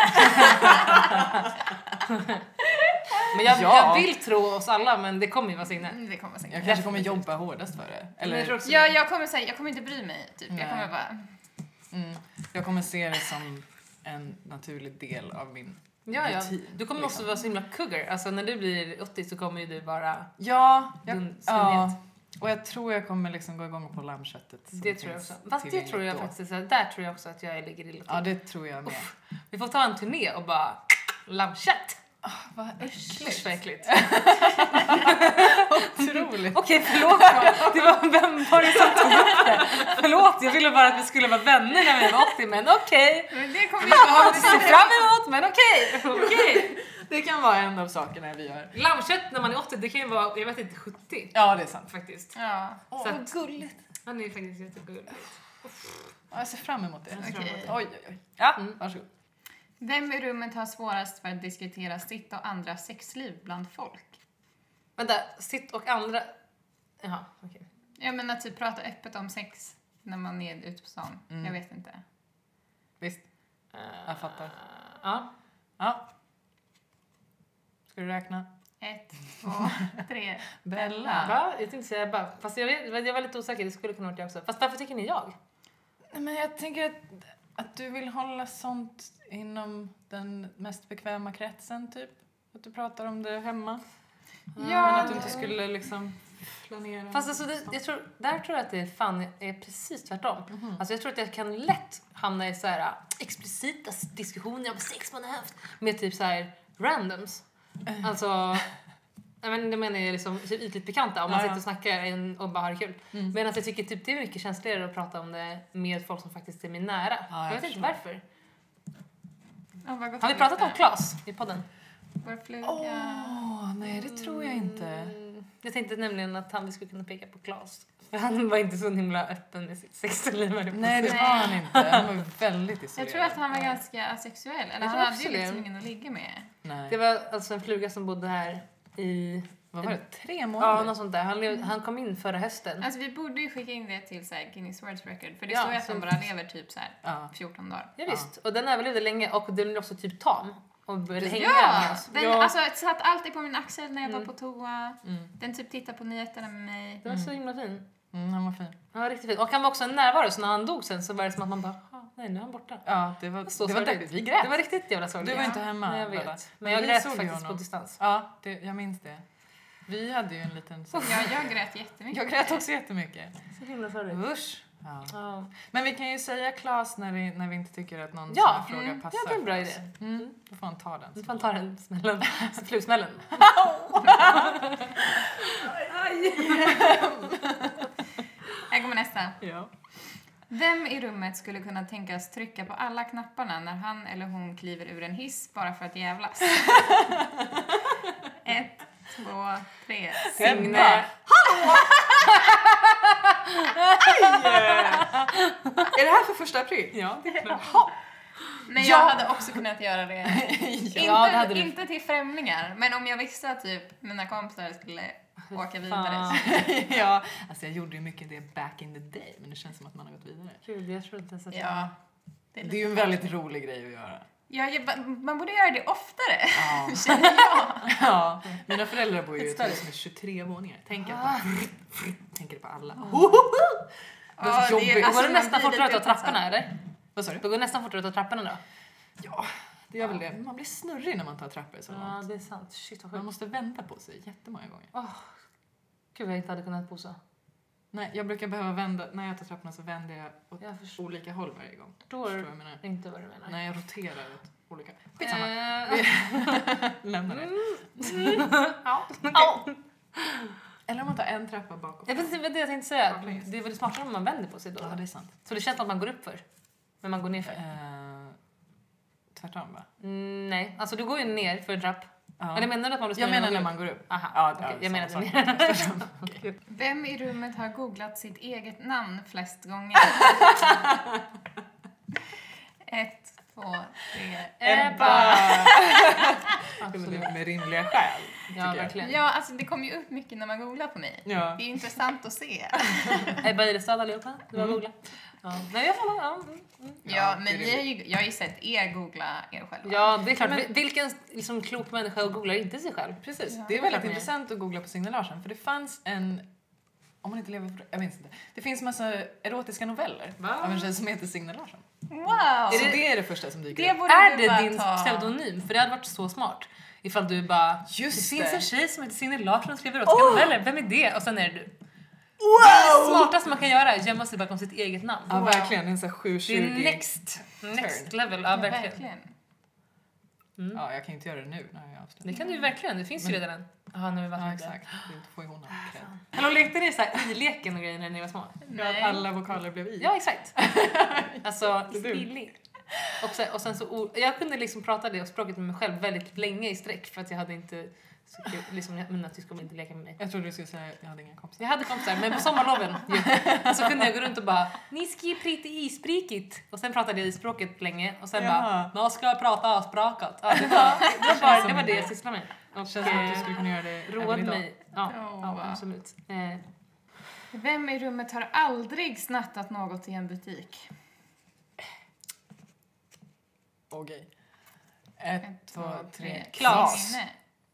Men jag, Ja. jag vill tro oss alla, men det kommer ju vara Signe. Mm, Det kommer säkert. Jag kanske kommer jobba hårdast för det. Men jag Eller, tror också Ja, det. jag kommer säga, jag kommer inte bry mig. Typ. Nej. Jag kommer bara... mm, jag kommer se det som en naturlig del av min Ja, ja. rutin. Du kommer liksom. också vara så himla cougar. Alltså när du blir åttio så kommer ju du bara Ja, jag, dun- ja, svinhet. och jag tror jag kommer liksom gå igång på lammköttet. som Det tror jag finns också. Fast det tillgängligt tror jag då. faktiskt, att- där tror jag också att jag ligger illa till. Ja, det tror jag med. Vi får ta en turné och bara lammkött. Vad Usch vad äckligt. otroligt. Okej, förlåt. Det var, vem var det som tog upp det? Förlåt, jag ville bara att vi skulle vara vänner när vi var åttio, men okej. Men det kommer ju Jag vara... ser fram emot, men okej. Okej. Det kan vara en av sakerna vi gör. Lammkött när man är åttio, det kan ju vara, jag vet inte, sjuttio Ja, det är sant. faktiskt. Ja, Åh, Så vad att- gulligt. Han är faktiskt jättegullig. Ja, jag ser fram emot det. Jag ser fram emot okej. det. Oj, oj, oj. Ja, Mm. varsågod. Vem i rummet har svårast för att diskutera sitt och andra sexliv bland folk? Vänta, sitt och andra... Jaha, okej. Jag menar typ prata öppet om sex när man är ute på stan. Mm. Jag vet inte. Visst. Eh, Jag fattar. Ja. Ja. Ska du räkna? Ett, två, tre. Bella. Va? Jag tänkte säga bara... Fast jag, vet, jag var lite osäker, det skulle kunna vara jag också. Fast varför tycker ni jag? Nej, men jag tänker att, att du vill hålla sånt inom den mest bekväma kretsen, typ. Att du pratar om det hemma. Ja, Men att du det- inte skulle liksom planera. Fast alltså, det, jag tror, där tror jag att det fan är precis tvärtom. Mhm. Alltså jag tror att jag kan lätt hamna i så här explicita diskussioner om sex man har haft med typ så här randoms. Alltså, jag men, det menar jag liksom typ ytligt bekanta om man Ja, ja. sitter och snackar en- och bara har det kul. Mm. Medan jag tycker typ det är mycket känsligare att prata om det med folk som faktiskt är mig nära. Ja, jag jag vet inte förstår. varför. Oh, vad gott Har vi det pratat om luktar. Klas i podden? Vår fluga. Åh, nej det tror jag inte. Mm, jag tänkte nämligen att han vi skulle kunna peka på Klas. För han var inte så himla öppen med sitt sexliv. höll jag på att Nej det säga. var han inte. Han var ju väldigt isolerad. Jag tror att han var ganska asexuell. Eller Jag han tror hade också ju det. liksom ingen att ligga med. Nej. Det var alltså en fluga som bodde här i... Vad var det? Tre Ja, månader? något sånt där. Han, lev, han kom in förra hösten. Alltså vi borde ju skicka in det till så här, Guinness World Record. För det Ja, står ju att så- de bara lever typ så här Ja. fjorton dagar. Ja, visst. Och den överlevde länge och den blev också typ tam. Och började hänga Ja! med oss. Den Ja. alltså, satt alltid på min axel när jag Mm. var på toa. Mm. Den typ tittade på nyheterna med mig. Det var så himla fin. Mm, han var fin. Ja, riktigt fin. Och han var också en närvaro, så när han dog sen så var det som att man bara, ah, nej nu är han borta. Ja, det var, Så det var sorgligt. deppigt. Vi grät. Det var riktigt jävla sorgligt. Du var inte hemma. Nej, jag Bella. vet. Men jag vi grät såg ju faktiskt på honom. distans. Ja, det, jag minns det. Vi hade ju en liten... Så... Ja, jag grät jättemycket. Jag grät också jättemycket. Så himla sorgligt. Usch. Ja. Ja. Men vi kan ju säga Klas när vi, när vi inte tycker att någon Ja, sån här fråga mm. passar. Ja, det är en bra för oss. idé. Mm. Då får han ta den. Du får ta den smällen. Flugsmällen. Här kommer nästa. Ja. Vem i rummet skulle kunna tänkas trycka på alla knapparna när han eller hon kliver ur en hiss bara för att jävlas? Ett, två, tre. Signe. Är det här för första april? Ja, det är klart. Men Ja. jag hade också kunnat göra det. Inte, Ja, det hade du. inte till främlingar, men om jag visste att typ mina kompisar skulle åka vidare. Fan. Ja, alltså jag gjorde ju mycket det back in the day, men det känns som att man har gått vidare. Gud, jag tror inte ens att jag... Ja. Det är ju en väldigt rolig grej att göra. Ja, jag, man borde göra det oftare, Ja. känner jag. Ja. Mina föräldrar bor ju i ett Större. hus med tjugotre våningar. Tänk Ah. att tänker på alla. Ja, Det är så jobbigt. Då alltså, går det man nästan blir fortare att ta lite trapporna, eller? Vad sa du? Då går det nästan fortare att ta trapporna då. Ja, det gör väl det. Man blir snurrig när man tar trappor så Ja, långt. det är sant. Shit vad Man sjukt. måste vända på sig jättemånga gånger. Gud, vad jag inte hade kunnat posa. Nej, jag brukar behöva vända, när jag tar trapporna så vänder jag åt Jag förstår olika håll varje gång. Förstår Förstår vad jag menar? inte vad du menar. Nej, jag roterar åt olika... Skitsamma. Eh, Lämna det. ja. Ja. Eller om man tar en trappa bakåt. Jag vet inte vad det jag tänkte säga. Ja, just. Det är väl smartare om man vänder på sig då. Ja, det är sant. Så det känns som att man går upp för. Men man går ner för. Eh, tvärtom, va? Mm, nej, alltså du går ju ner för en trapp. Ja. Eller menar du att man blir Jag menar när går man går upp. Aha, Ja, okej. ja, Jag menar samma det sak. mer. Okej. Vem i rummet har googlat sitt eget namn flest gånger? Ett, två, tre. Ebba! Men det är med rimliga skäl, tycker Ja, jag. verkligen. Ja, alltså det kommer ju upp mycket när man googlar på mig. Ja. Det är intressant att se. Ebba Ilestad allihopa. Du var Mm. googla. Ja. Nej, jag får ja. mm. Ja, Ja, det men är vi har ju, jag har ju sett er googla er själva. Ja, det är klart. Men- Vilken liksom, klok människa googlar inte sig själv? Precis, Ja. det är Klart väldigt ni är. intressant att googla på Signe Larsson. För det fanns en, om man inte lever på, jag minns inte. Det finns massa erotiska noveller Va? av en tjej som heter Signe Larsson. Wow! Så det- det är det första som dyker Det upp. borde Är du det bara din ta. pseudonym? För det hade varit så smart. Ifall du bara, Just det finns det. en tjej som heter Signe Larsson och skriver erotiska Oh! noveller. Vem är det? Och sen är det du. Wow! Det smartaste man kan göra är gömma sig bakom sitt eget namn. Ja, verkligen. Det är en sån här Det är sjuhundratjugo. next, next level. Ja, Ja, verkligen. verkligen. Mm. Ja, jag kan inte göra det nu när jag avslutar. Det kan du ju verkligen. Det finns ju Men- redan en. Jaha, nu har vi varit Ja, med exakt. Det får ju hon ha cred. Hallå, lekte ni så här i-leken och grejer när ni var små? Nej. Alla vokaler blev i. Ja, exakt. Alltså, Det är du. stilig. Och sen, och sen så, o- jag kunde liksom prata det språket med mig själv väldigt länge i sträck för att jag hade inte, så, liksom, mina syskon ville inte leka med mig. Jag trodde du skulle säga att jag hade inga kompisar. Jag hade kompisar, men på sommarloven ju, så kunde jag gå runt och bara ni skriver lite isprikigt. Och sen pratade jag i språket länge och sen Jaha. bara, nu ska jag prata sprakat. Ja, det, var, det, var bara, det var det jag sysslade med. Det Och känns som att du eh, skulle kunna göra det även roade idag. mig. Ja, Åh, ja wow. absolut. Eh, Vem i rummet har aldrig snattat något i en butik? Okej. Ett, två, tre. Klas. Signe.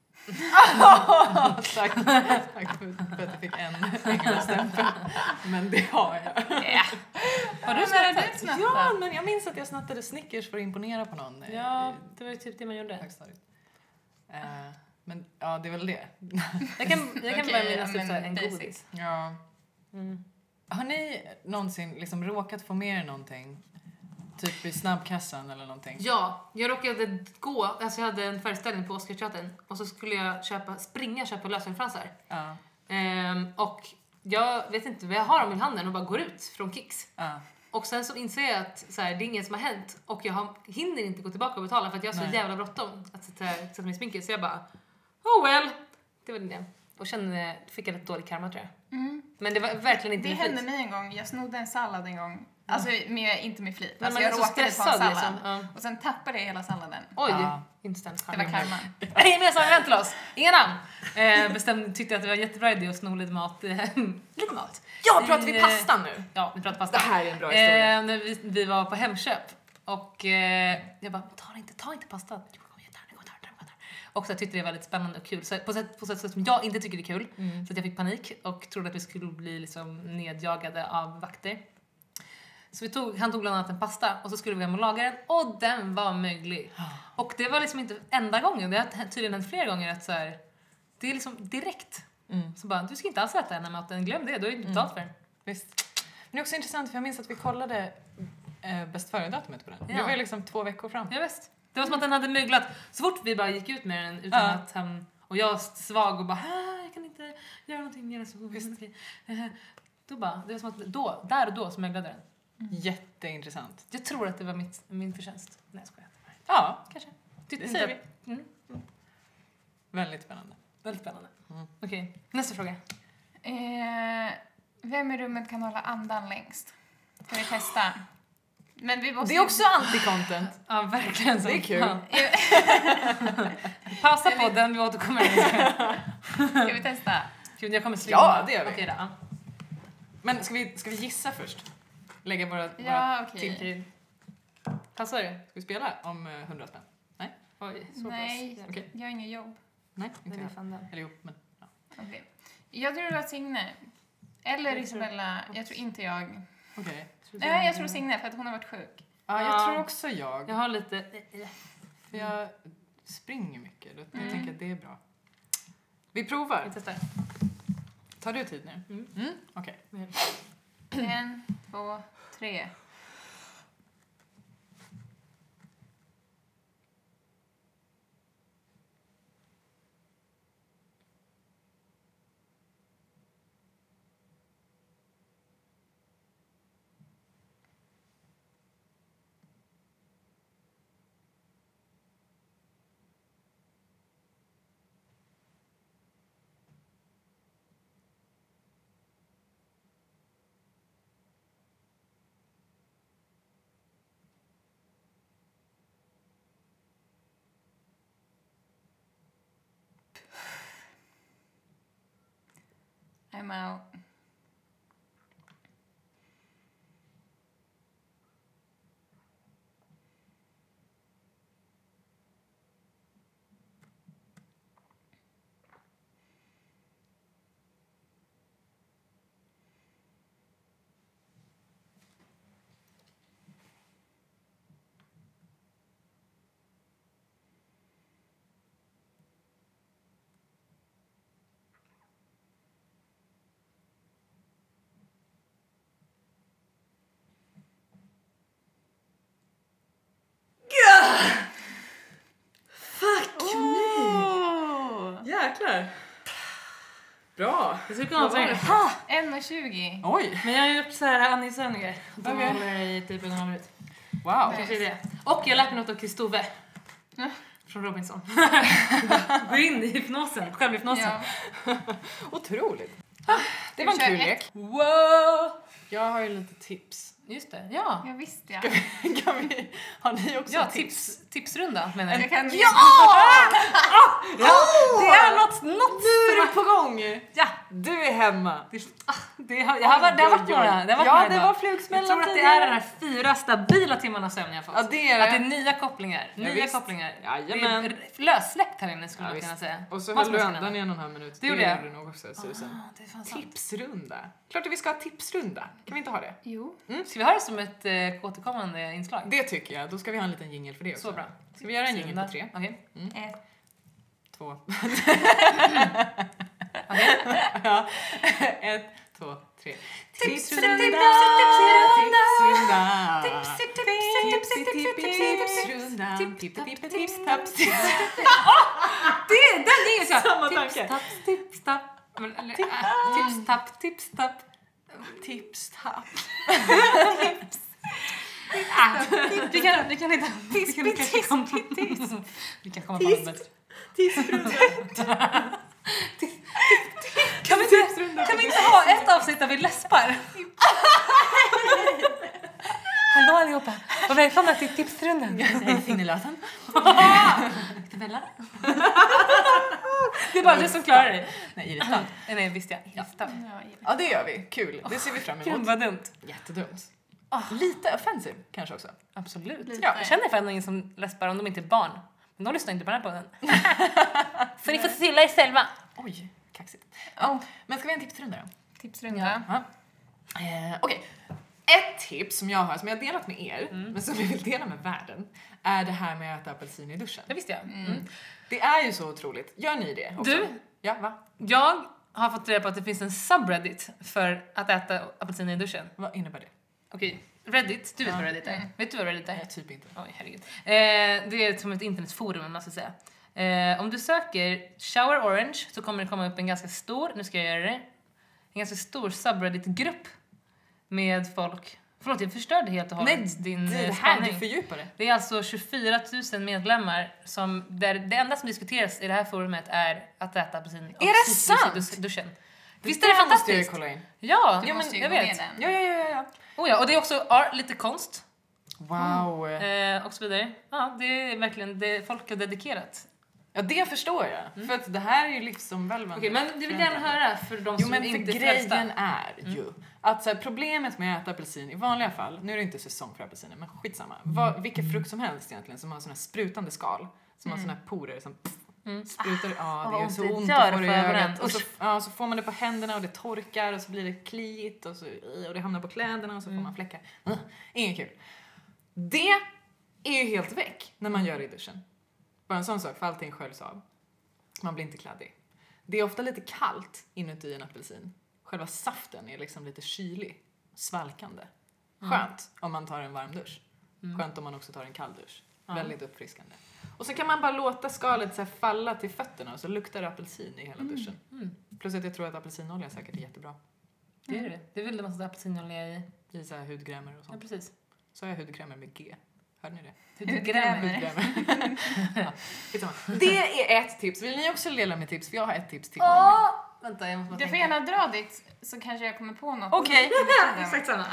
Tack, tack för att jag fick en ängelstämpel. Men det har jag. Ja. har du Vem är det snattat? du snattat? Ja, men jag minns att jag snattade Snickers för att imponera på någon i- Ja, i det var ju typ det man gjorde. högstadiet. Eh, men ja, det är väl det. Jag kan, jag kan Okej, bara ja, minnas typ men såhär en basic. godis. Ja. Mm. Har ni någonsin liksom råkat få med er någonting? Typ i snabbkassan eller någonting? Ja, jag råkade gå, alltså jag hade en föreställning på Oscarsteatern och så skulle jag köpa, springa och köpa lösenfransar. Ja. Ehm, och jag vet inte vad jag har dem i handen och bara går ut från Kicks. Ja. Och sen så inser jag att så här, det är inget som har hänt och jag har, hinner inte gå tillbaka och betala för att jag har så Nej. jävla bråttom att sätta, sätta mig i sminket. Så jag bara, oh well, det var det. Och kände, fick jag lite dålig karma tror jag. Mm. Men det var verkligen inte Det med hände flit. mig en gång. Jag snodde en sallad en gång. Alltså med, inte med flit. Men Alltså man är jag så råkade ta en stressad sallad. liksom. Ja. Och sen tappade jag hela salladen. Oj, Ja. instant Det var karma. Gemensamma event till oss. Inga namn. Eh, bestämde, tyckte att det var en jättebra idé att sno lite mat. eh, lite mat. Ja, pratar I, vi eh, pasta nu? Ja, vi pratar pasta. Det här är en bra historia. Eh, när vi, vi var på Hemköp. Och eh, jag bara, ta inte, ta inte pasta. Jo, kom igen, ta den, ta den, ta den. Och så jag tyckte det var lite spännande och kul. Så på sätt, på sätt som jag inte tycker det är kul. Mm. Så att jag fick panik och trodde att vi skulle bli liksom nedjagade av vakter. Så vi tog, han tog bland annat en pasta och så skulle vi hem och laga den och den var möglig. Och det var liksom inte enda gången, det har tydligen hänt flera gånger att så här, det är liksom direkt. Mm. Så bara, du ska inte alls äta den här maten, glöm det, du har ju inte betalt för den. Visst. Men det är också intressant för jag minns att vi kollade eh, bäst före-datumet på den. Ja. Det var ju liksom två veckor fram. Ja, visst. Det var som att den hade möglat. Så fort vi bara gick ut med den utan Ja. att han... Och jag svag och bara, "Ah, jag kan inte göra någonting mer. Så okej." Eh, Då bara, det var som att då, där och då så möglade den. Jätteintressant. Jag tror att det var mitt, min förtjänst. Nej, jag skojar. Ja, Kanske. det Tyckte säger inte vi. att- Mm. Väldigt spännande. Väldigt spännande. Mm. Okej, nästa fråga. Eh, vem i rummet kan hålla andan längst? Ska vi testa? Men vi måste Det är också anti-content. Ja, verkligen. Så. Det är kul. Ja. Pausa podden, vi återkommer. Ska vi testa? Gud, jag kommer slå. Ja, det gör vi. Okej då. Ja. Men ska vi, ska vi gissa först? Lägga våra, våra Ja, okej. Okej. Passar det? Ska vi spela om eh, hundra spänn? Oj, så Nej, pass. Okej. jag har inget jobb. Nej, Det inte är jag. fan den. Eller jo, men ja. Okej. Jag tror det var Signe. Eller Jag tror- Isabella. Jag tror inte jag. Okej. Nej, jag tror Signe för att hon har varit sjuk. Ja, jag Ja. tror också jag. Jag har lite... För jag springer mycket. Jag Mm. tänker att det är bra. Vi provar. Vi testar. Tar du tid nu? Mm. Mm? Okej. En, två, tre. I'm out. Jäklar. Bra. Jag skulle kunna säga en och tjugo. Oj. Men jag har gjort så här andningsövningar. De Okej. håller i typ en halv minut. Wow. Nej. Kanske det. Och jag har lärt mig något av Kristove. Ja. Från Robinson. Gå in i hypnosen, självhypnosen. Ja. Otroligt. Det vi var en kör kul ett? lek. Wow! Jag har ju lite tips. Just det, ja. Ja, visst ja. Kan vi, har ni också Ja, tips? tips, tipsrunda menar jag. Jag kan... Ja! Ja, det är något, något. Nu är det på gång! Ja, Du är hemma. det, ah, det, har, jag har, varit- det har varit Oj, oj, oj. några. Det har varit Ja, några det idag. var flugsmällan Jag tror att det tidigare. är den här fyra stabila timmarnas sömn jag har fått. Ja, det är det. Att det är nya kopplingar. Ja, nya visst. kopplingar. Jajamän. Det är lössläppt här inne skulle Ja, man kunna visst. säga. Och så Vad höll du som helst andan kan i en och en halv minut. Det gjorde jag. gjorde du nog också, Susan. Ah, det är fan sant. Tipsrunda. Klart att vi ska ha tipsrunda. Kan vi inte ha det? Jo. Ska vi ha det som ett eh, återkommande inslag? Det tycker jag. Då ska vi ha en liten jingle för det också. Så bra. Ska vi göra en jingle på tre? Okej. Ett. Två. Okej. Ja. Ett, två, tre. Tipsrunda, Tipsrunda. tipsrunda. Tipsrunda. Tips-tips-tips-taps. Det, den är ju så. Samma Tips, tanke. tapp, tips, tapp. Men, eller, äh, Tips, tapp, tips, tapp. Tips-tapp. Ah, vi kan, vi kan inte... Vi kan kanske komma... Vi kan komma på något bättre. Tipsrunda. Kan vi inte, kan vi inte ha ett avsnitt där vi läspar? Hallå allihopa och välkomna till tipsrundan. Jag är Signelösen. Bella. Det är bara du som klarar dig. Nej, irritant. Nej, nej visst jag. Ja. Ja, givetvis. Ja, det gör vi. Kul. Det ser vi fram Gud emot. vad dumt. Jättedumt. Lite offensive kanske också. Absolut. Lite. Ja, jag känner för ingen som läspar om de inte är barn. Men de lyssnar inte på den här podden. Så ni får silla er själva. Oj, kaxigt. Ja, men ska vi ha en tipsrunda då? Tipsrunda. Ja. Eh, Okej. Ett tips som jag har, som jag har delat med er, men som jag vill dela med världen, är det här med att äta apelsin i duschen. Det visste jag. Mm. Mm. Det är ju så otroligt. Gör ni det också? Du, Ja, va? Jag har fått reda på att det finns en subreddit för att äta apelsiner i duschen. Vad innebär det? Okej, Reddit, du vet Ja. vad Reddit är? Mm. Vet du vad Reddit är? Nej, typ inte. Oj, herregud. Eh, det är som ett internetforum, om man ska säga. Eh, om du söker shower orange så kommer det komma upp en ganska stor, nu ska jag göra det, en ganska stor subreddit-grupp med folk. Förlåt, jag förstörde helt och hållet Nej, din det eh, här, spaning. du fördjupar det. Det är alltså tjugofyra tusen medlemmar som, där det enda som diskuteras i det här forumet är att äta apelsin och Är det citrus i sant? dusch- duschen. Visst är det Där måste jag fantastiskt? kolla in. Ja, Du ja måste men, ju jag gå med vet. den. Ja, ja, ja, ja. Oh ja, och det är också art, lite konst Wow. eh, och så vidare. Ja, det är verkligen det folk har dedikerat. Ja, det förstår jag. För att det här är ju livsomvälvande. Okej, men jag vill gärna höra för de Jo, som men för inte är grejen frälsta. är ju att så här, problemet med att äta apelsin i vanliga fall, nu är det inte säsong för apelsiner, men skitsamma. Vad, vilken frukt som helst egentligen som har såna här sprutande skal, som har såna här porer som pff, Mm. sprutar. Ja, vad det gör ont så det ont gör att få det i för ögonen. ögat. Och så, Usch. ja, så får man det på händerna och det torkar och så blir det kliigt och, så, och det hamnar på kläderna och så får man fläckar. Mm. Inget kul. Det är ju helt väck när man gör det i duschen. Bara en sån sak, för allting sköljs av. Man blir inte kladdig. Det är ofta lite kallt inuti en apelsin. Själva saften är liksom lite kylig, svalkande. Skönt om man tar en varm dusch. Skönt om man också tar en kall dusch. Ja. Väldigt uppfriskande. Och så kan man bara låta skalet så här falla till fötterna och så luktar det apelsin i hela duschen. Mm. Plus att jag tror att apelsinolja säkert är jättebra. Det är det. Det är väl det man sätter apelsinolja i. I så här hudkrämer och Ja, sånt. precis. Så har jag hudkrämer med G. Hörde ni det? Det grämer. Hudkrämer. Ja, skitsamma. Det är ett tips. Vill ni också dela med tips? För jag har ett tips till. Åh! Vänta, jag måste bara Du får tänka. gärna dra ditt så kanske jag kommer på något. Okej. Exakt samma.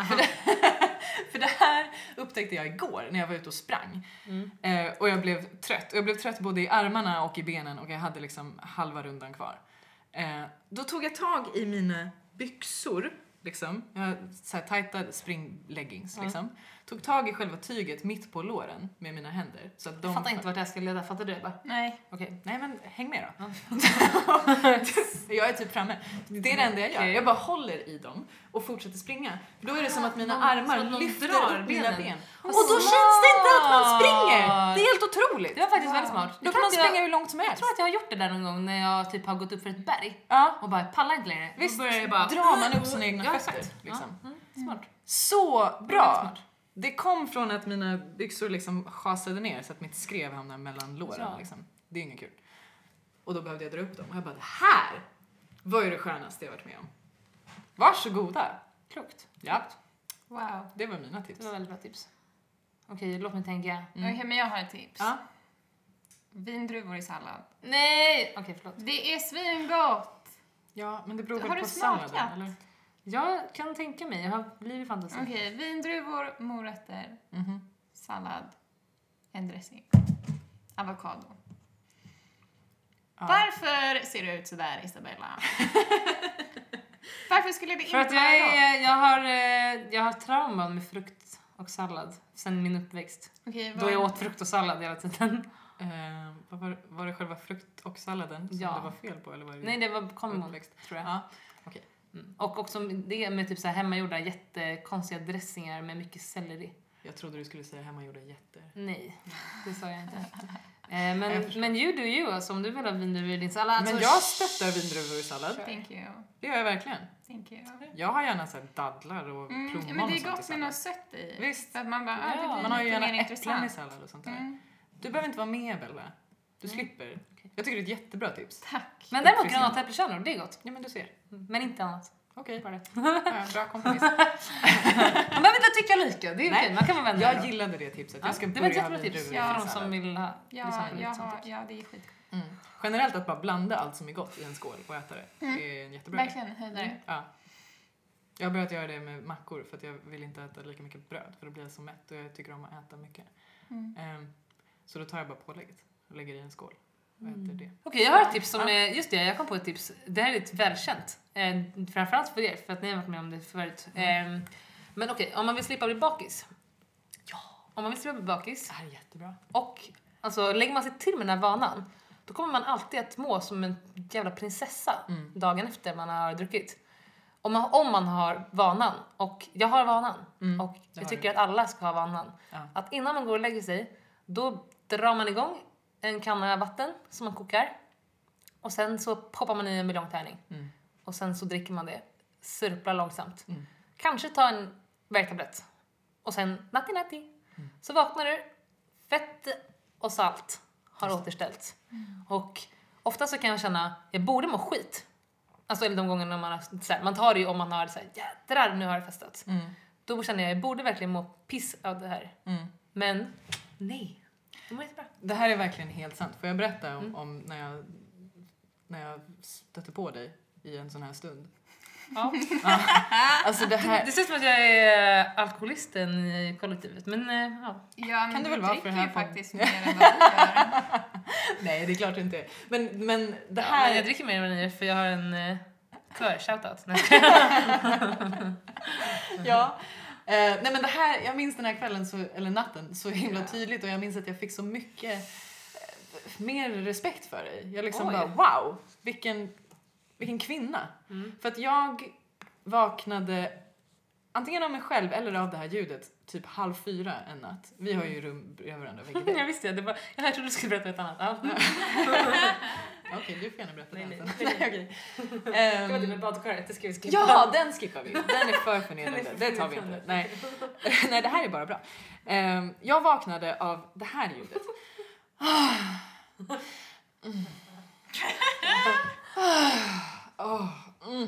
För det här upptäckte jag igår när jag var ute och sprang. Mm. Eh, och jag blev trött. Och jag blev trött både i armarna och i benen och jag hade liksom halva rundan kvar. Eh, då tog jag tag i mina byxor, liksom. Jag har så här tajta springleggings, Mm. liksom. Tog tag i själva tyget mitt på låren med mina händer. Så att de Jag fattar inte vart det här ska leda. Fattar du det? Nej. Okej. Nej men häng med då. Ja. Jag är typ framme. Det är det enda jag gör. Okej. Jag bara håller i dem och fortsätter springa. För då är det som att mina Någon- armar som att någon lyfter drar upp mina benen. ben. Vad Och då smart! känns det inte att man springer. Det är helt otroligt. Det var faktiskt väldigt smart. Då Jag kan man tror att jag- springa hur långt som Jag helst. tror att jag har gjort det där någon gång när jag typ har gått upp för ett berg Ja. och bara pallar inte längre. Visst Då börjar jag bara drar man upp sina egna Ja, fötter. exakt. Liksom. Ja, mm, smart. Så Väldigt bra. smart. Det kom från att mina byxor liksom schasade ner så att mitt skrev hamnade mellan låren. Ja. Liksom. Det är inget kul. Och då behövde jag dra upp dem. Och jag bara, det här var ju det skönaste jag varit med om. Varsågoda. Klokt. Ja, Wow. det var mina tips. Det var väldigt bra tips. Okej, låt mig tänka. Mm. Okej, men jag har ett tips. Ja. Vindruvor i sallad. Nej! Okej, förlåt. Det är svingott! Ja, men det beror Har väl du på smakat? salladen, eller? Jag kan tänka mig. Jag har blivit fantasi. Okej, vindruvor, morötter, Mhm. sallad, en dressing, avokado. Ja. Varför ser du ut sådär, Isabella? Varför skulle det inte För att vara jag, gott? är, jag, har, eh, jag har trauman med frukt och sallad sen min uppväxt. Okej, Då vad- jag åt frukt och sallad hela tiden. Eh, vad var, var det själva frukt och salladen som Ja. det var fel på? Eller var det Nej, det var kombon, uppväxt? tror jag. Ja. Mm. Och också det med typ så här hemmagjorda jättekonstiga dressingar med mycket selleri. Jag trodde du skulle säga hemmagjorda jätter. Nej, det sa jag inte. Eh, Jag men, förstår. men you do you, alltså, om du vill ha vindruvor i din sallad. Men alltså, jag stöttar vindruvor i sallad. Thank you. Det gör jag verkligen. Thank you. Jag har gärna så här dadlar och Mm, plommon men det och är sånt i gott med något sallad. sött i. Visst. Så att man bara, ah, det Ja. blir Man har ju lite gärna mer äpplen i intressant. sallad och sånt där. Mm, Du behöver inte vara med, Bella. Du Mm. slipper. Jag tycker det är ett jättebra tips. tack. Men däremot Uppfriskande. granat och äppelkärnor, det är gott. Ja, men du ser. Men inte annat. Okej. Bara det. Ja, bra kompromiss. Man behöver inte tycka lika, det är Nej. okej. Man kan vara vänner. Jag då. gillade det tipset. Ja, Jag ska det var ett börja ha jättebra tips vindruvor i för min de som sallad. vill ha Ja, lyssna på jag lite sånt har, tips. ja, det är skit. Mm. Generellt att bara blanda allt som är gott i en skål och äta det. Mm. Det är en jättebra grej. Verkligen, höjdare. Ja. Jag har börjat göra det med mackor för att jag vill inte äta lika mycket bröd för då blir jag så mätt och jag tycker om att äta mycket. Mm. Ehm, så då tar jag bara pålägget och lägger i en skål och äter Mm. det. Okej, jag har ett tips som Ja. är, just det, jag kom på ett tips. Det här är lite välkänt. Eh, framförallt för er, för att ni har varit med om det förut. Eh, men okej, om man vill slippa bli bakis. Ja. Om man vill slippa bli bakis Det här är jättebra. och alltså lägger man sig till med den här vanan, då kommer man alltid att må som en jävla prinsessa Mm. dagen efter man har druckit. Om man, om man har vanan, och jag har vanan, Mm, och det jag har tycker du. att alla ska ha vanan. Ja. Att innan man går och lägger sig, då drar man igång en kanna vatten som man kokar. Och sen så poppar man i en buljongtärning. Mm. Och sen så dricker man det. Sörplar långsamt. Mm. Kanske ta en värktablett. Och sen natti natti. Mm. Så vaknar du. Fett och salt har Just. återställts. Mm. Och ofta så kan jag känna, jag borde må skit. Alltså de gångerna man har, så här, man tar det ju om man har så här, jädrar nu har det festat. Mm. Då känner jag, jag borde verkligen må piss av det här. Mm. Men nej, det mår jättebra. Det här är verkligen helt sant. Får jag berätta om, Mm. om när, jag, när jag stötte på dig i en sån här stund? Ja. Ja. Alltså det här... Det ser ut som att jag är alkoholisten i kollektivet, men äh, ja. Ja, men Kan du det väl vara för dricker det här ju på- faktiskt mer än vad vi gör. Nej, det är klart det inte är. Men, men det Ja, här... men jag dricker mer än vad ni gör för jag har en uh, kör, shoutout. Nej. Ja. Eh, nej men det här, jag minns den här kvällen, så, eller natten, så himla tydligt. Och jag minns att jag fick så mycket eh, mer respekt för dig. Jag liksom Oj. bara, wow, vilken, vilken kvinna. Mm. För att jag vaknade antingen av mig själv eller av det här ljudet typ halv fyra en natt. Vi har ju rum bredvid varandra. vilket är- Jag visste det, det var, jag trodde du skulle berätta ett annat. Ja. Okej, du får gärna berätta Nej, den nej. sen. Nej, okej. Det var Ehm, det med badkaret, det ska vi skippa. Ja, den skippar vi. Den är för Den förnedrande. är för Det tar vi inte. förnedrande. Nej. Nej, det här är bara bra. Ehm, jag vaknade av det här ljudet. Mm. Oh, mm.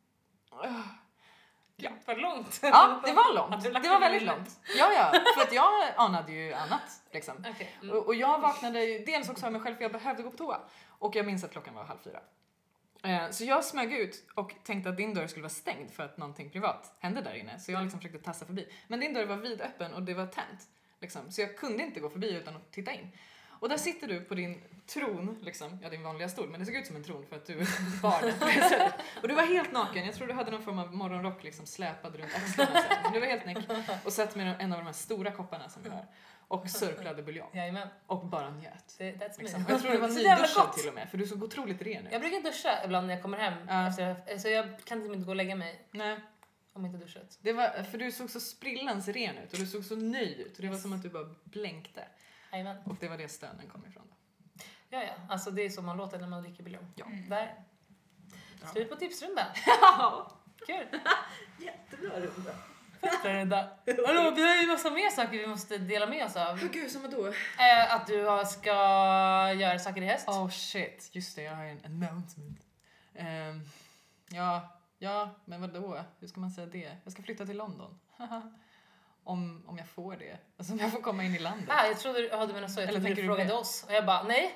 Ja, för långt. Ja, det var Hade långt. du lagt Det var det i väldigt minnet? långt. Ja, ja. För att jag anade ju annat. Liksom. Okej. Mm. Och, och jag vaknade ju dels också av mig själv för jag behövde gå på toa. Och jag minns att klockan var halv fyra. Eh, så jag smög ut och tänkte att din dörr skulle vara stängd för att någonting privat hände där inne. Så jag liksom försökte tassa förbi. Men din dörr var vidöppen och det var tänt. Liksom. Så jag kunde inte gå förbi utan att titta in. Och där sitter du på din tron, liksom. Ja, din vanliga stol, men det såg ut som en tron för att du bar den på det sättet. Och du var helt naken. Jag tror du hade någon form av morgonrock liksom släpad runt axlarna. Så här. Men du var helt näck och satt med en av de här stora kopparna som vi har. Och sörplade buljong. Jajamän, Och bara njöt. det, that's Liksom. me. Jag tror det var Så jävla nyduschad gott. till och med, för du såg otroligt ren ut. Jag brukar duscha ibland när jag kommer hem. Ja. Efter, så jag kan liksom inte gå och lägga mig Nej, om jag inte duschat. det var, för du såg så sprillans ren ut och du såg så nöjd ut. Och det var som att du bara blänkte. Jajamän. Och det var det stönen kom ifrån. Då. Ja, ja. Alltså det är så man låter när man dricker buljong. Ja. Där. Ja. Slut på tipsrundan. Ja, Kul. jättebra runda. Runda. Hallå, vi har ju massa mer saker vi måste dela med oss av. Oh, gud, som vadå? Eh, att du har- ska göra saker i höst. Oh shit, just det, jag har en announcement. Um, ja, ja, men vadå? Hur ska man säga det? Jag ska flytta till London. om, om jag får det. Alltså om jag får komma in i landet. Ah, jag trodde ja, du menade så. Jag Eller trodde tänker du du frågade det? oss. Och jag bara, nej.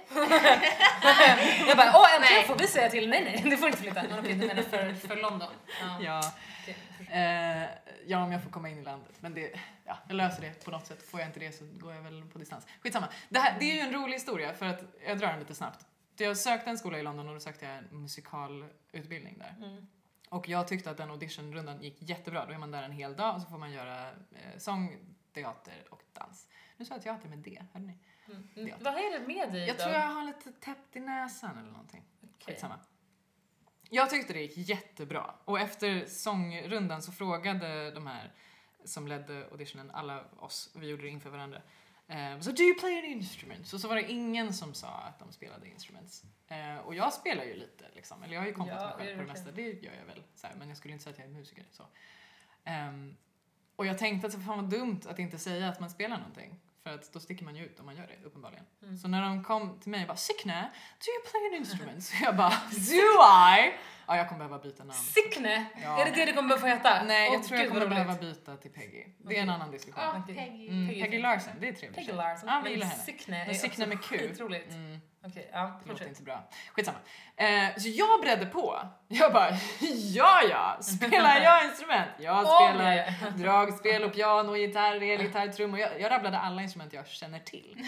jag bara, åh äntligen Nej. får vi säga till. Nej, nej, du får inte flytta. Men okej, du menar för, för London. Ja. Ja. Okej. Eh, ja, om jag får komma in i landet. Men det, ja, jag löser det på något sätt. Får jag inte det så går jag väl på distans. Skitsamma. Det, här, det är ju en rolig historia för att jag drar den lite snabbt. Jag sökte en skola i London och då sökte jag en musikalutbildning där. Mm. Och jag tyckte att den auditionrundan gick jättebra. Då är man där en hel dag och så får man göra eh, sång, teater och dans. Nu sa jag teater med det, hörde ni? Mm. Ja. Vad är det med dig Jag då? tror jag har lite täppt i näsan eller någonting. Okej. Skitsamma. Jag tyckte det gick jättebra. Och efter sångrundan så frågade de här som ledde auditionen, alla oss, vi gjorde det inför varandra. Eh, så do you play an instrument? Så, så var det ingen som sa att de spelade instruments. Eh, och jag spelar ju lite, liksom. Eller jag har ju kompat Ja, mig det är själv på det verkligen. mesta. Det gör jag väl. Så här, men jag skulle inte säga att jag är musiker. Så. Ehm, och jag tänkte att det fan var dumt att inte säga att man spelar någonting. För att då sticker man ju ut om man gör det, uppenbarligen. Mm. Så när de kom till mig och bara, Sickne, do you play an instrument? Så jag bara, do I? Ja, jag kommer behöva byta namn. Sickne? Ja. Är det det du kommer få heta? Nej, jag Åh, tror jag gud, kommer vad behöva roligt. byta till Peggy. Det är Okej. en annan diskussion. Ja, Okej. Peggy. Mm, Peggy. Peggy Larsen, det är trevligt. Peggy Larson. Ja, vi gillar Men henne. Sickne Men är Sickne också med Q. skitroligt. Mm, Okej, ja, det låter fortsätt. inte bra. Skitsamma. Eh, så jag bredde på. Jag bara, ja ja, spelar jag instrument? Jag Åh, spelar ja. dragspel och piano, gitarr, elgitarr, trummor. Jag, jag rabblade alla instrument jag känner till.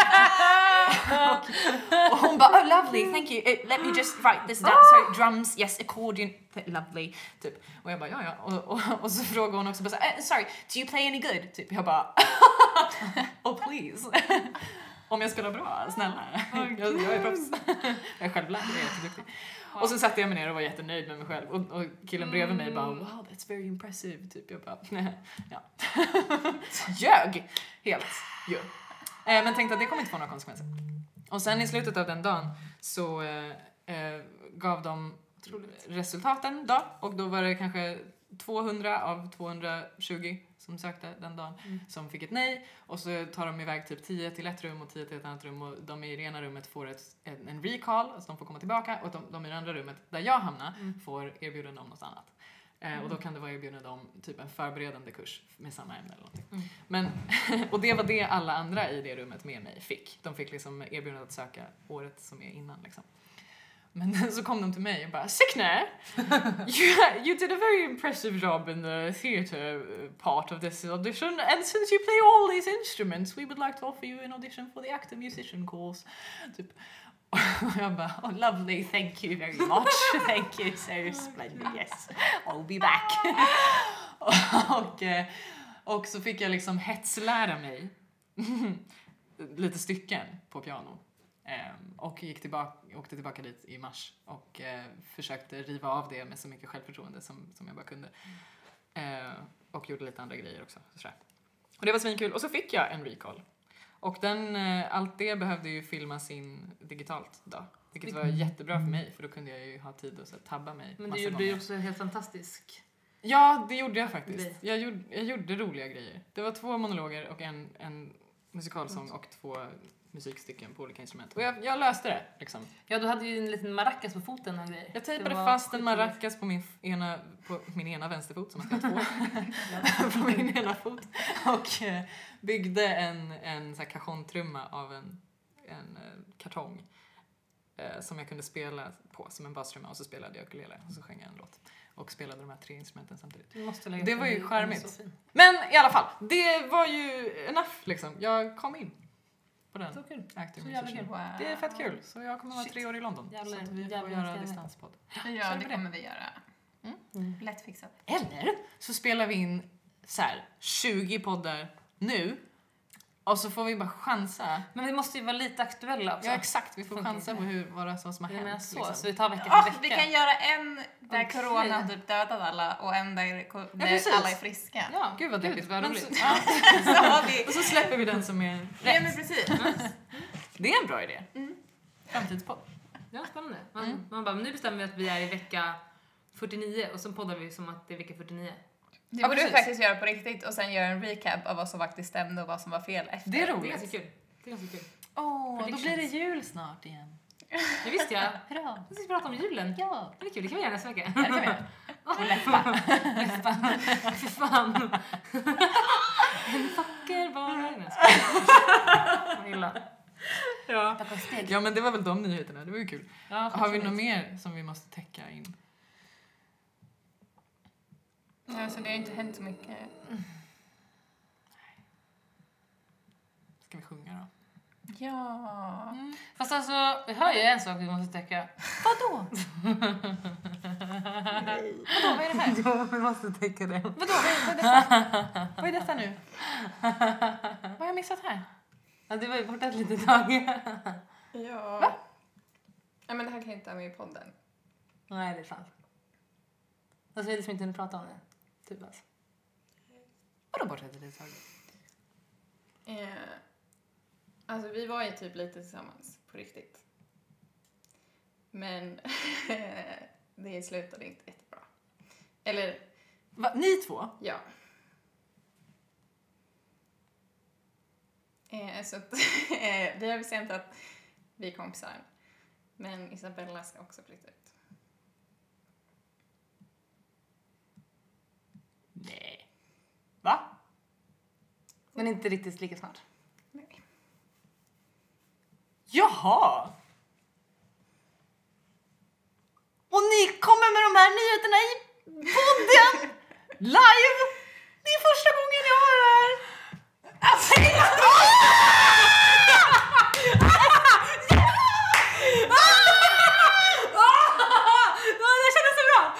och, och hon bara, oh lovely, thank you. Uh, let me just write this down. Sorry, drums, yes, accordion, lovely. Typ. Och jag bara, ja ja. Och, och, och så frågade hon också, bara, uh, sorry, do you play any good? Typ. Jag bara, oh please. Om jag spelar bra, snälla. jag, jag är proffs. Jag är självlärd, jag är jätteduktig. Och så satte jag mig ner och var jättenöjd med mig själv. Och, och killen bredvid mig bara, wow, that's very impressive. Typ. Jag bara, ja. Ljög helt ju. Eh, men tänkte att det kommer inte få några konsekvenser. Och sen i slutet av den dagen så eh, eh, gav dem Otroligt. resultaten då. Och då var det kanske tvåhundra av tvåhundratjugo som sökte den dagen Mm. som fick ett nej. Och så tar de iväg typ tio till ett rum och tio till ett annat rum. Och de i det ena rummet får ett, en, en recall, alltså de får komma tillbaka. Och de, de i det andra rummet där jag hamnar Mm. får erbjudande om något annat. Eh, och då kan det vara erbjudande om typ en förberedande kurs med samma ämne eller någonting. Mm. Men, och det var det alla andra i det rummet med mig fick. De fick liksom erbjudande att söka året som är innan liksom. Men så kom de till mig och bara, Signe, you, you did a very impressive job in the theatre part of this audition, and since you play all these instruments we would like to offer you an audition for the actor musician course. Typ. Och jag bara, oh lovely, thank you very much, thank you, so splendid, yes, I'll be back. och, och så fick jag liksom hetslära mig lite stycken på piano. Um, och gick tillbaka, åkte tillbaka dit i mars och uh, försökte riva av det med så mycket självförtroende som, som jag bara kunde. Uh, och gjorde lite andra grejer också. Sådär. Och det var svinkul. Och så fick jag en recall. Och den, uh, allt det behövde ju filmas in digitalt då. Vilket var jättebra för mig, för då kunde jag ju ha tid att så, tabba mig. Men massa du gjorde gånger. ju också en helt fantastisk. Ja, det gjorde jag faktiskt. Grej. Jag gjorde, jag gjorde roliga grejer. Det var två monologer och en, en musikalsång och två musikstycken på olika instrument. Och jag, jag löste det liksom. Ja, du hade ju en liten maracas på foten och grejer. Jag tejpade Det var fast en skitroligt. maracas på min, f- ena, på min ena vänsterfot som man ska ha två. på min ena fot. Och eh, byggde en, en så här cajontrumma av en, en eh, kartong. Eh, som jag kunde spela på som en bastrumma. Och så spelade jag ukulele och så sjöng jag en låt. Och spelade de här tre instrumenten samtidigt. Du måste lägga Det upp var en ju bild, charmigt. den är så fin. Men i alla fall, det var ju enough liksom. Jag kom in på den. Så kul. Active Så jävla musician. kul. Wow. Det är fett kul. Så jag kommer vara Shit. tre år i London. Jävlar, så att vi får jävlar, göra jävlar. distanspodd. Ja, Känner vi det det? kommer vi göra. Mm. Lätt fixat. Eller så spelar vi in så här tjugo poddar nu. Och så får vi bara chansa. Men vi måste ju vara lite aktuella också. Ja exakt, vi får Funkar chansa inte. på hur, vad det är som har Jag menar hänt. så, liksom. så vi tar vecka Oh, för vecka. vi kan göra en där Okej. corona typ dödade alla och en där, ko- där precis. alla är friska. Ja, Gud vad deppigt, vad men roligt. så- Ja. Så har vi... Och så släpper vi den som är Ja rätt. men precis. Det är en bra idé. Mm. Framtidspodd. Ja, spännande. Man, Mm. man bara, men nu bestämmer vi att vi är i vecka fyrtionio och så poddar vi som att det är vecka fyrtionio. Det Ja, borde vi precis. faktiskt göra på riktigt och sen göra en recap av vad som faktiskt stämde och vad som var fel efter. Det är Det är roligt. ganska kul. Det är ganska kul. Åh, då Predictions. blir det jul snart igen. Det visste jag. Hurra. Vi ska prata om julen. Ja. Det är kul, det kan vi göra nästa vecka. Ja, det kan vi göra. Och läppa. Läppa. Fy fan. En vacker bara. Nej, jag skojar. Vad illa. Ja. Tappa steg. Ja men det var väl de nyheterna, det var ju kul. Ja, Har vi skitroligt. något mer som vi måste täcka in? Ja, så det har inte hänt så mycket. Ska vi sjunga då? Ja. Fast alltså, jag hör ju en sak vi måste täcka. Vadå? Vadå, vad är det här? Jo, vi måste täcka det. Vadå, vad är, vad är detta? Vad är detta nu? Vad har jag missat här? Ja, du var ju borta ett litet tag. Ja. Va? Ja, men det här kan jag inte ha med i podden. Nej, det är sant. Alltså, vi liksom inte hunnit prata om det. Typ alltså. Vadå bort ett litet tag? Eh, alltså vi var ju typ lite tillsammans på riktigt. Men det slutade inte jättebra. Eller, Va? Ni två? ja. Eh, så att, eh, vi har bestämt att vi är kompisar. Men Isabella ska också flytta ut. Nej. Va? Men inte riktigt lika snart. Nej. Jaha! Och ni kommer med de här nyheterna i podden! Live! Det är första gången jag hör det här! Alltså, det är... Det kändes så bra!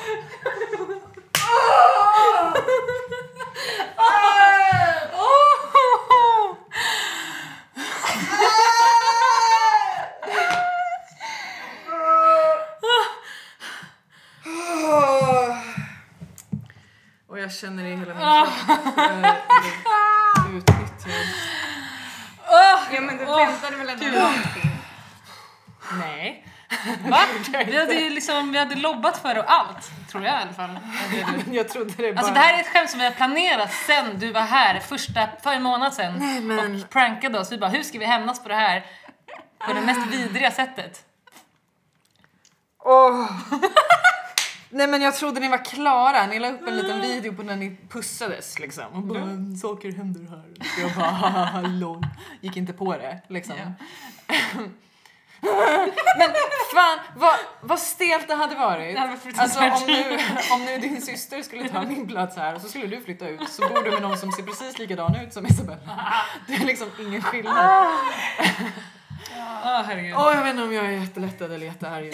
Och jag känner det i hela min kropp. Jag är utnyttjad. Ja, men du väntade väl ändå någonting? Nej. Va? Vi hade ju liksom, vi hade lobbat för det och allt, tror jag i alla fall. Jag trodde det bara... Alltså det här är ett skämt som vi har planerat sen du var här, första, för en månad sen. Nej, men... Och prankade oss. Vi bara, hur ska vi hämnas på det här? På det mest vidriga sättet. Åh. Nej, men jag trodde ni var klara. Ni la upp en liten video på när ni pussades liksom. Och bara, mm. saker händer här. Så jag bara, hallå. Gick inte på det liksom. Ja. Men fan, vad, vad stelt det hade varit. Det hade varit alltså om nu, om nu din syster skulle ta min plats här och så skulle du flytta ut, så bor du med någon som ser precis likadan ut som Isabella. Det är liksom ingen skillnad. Åh, herregud. Åh, jag vet inte om jag är jättelättad eller jättearg.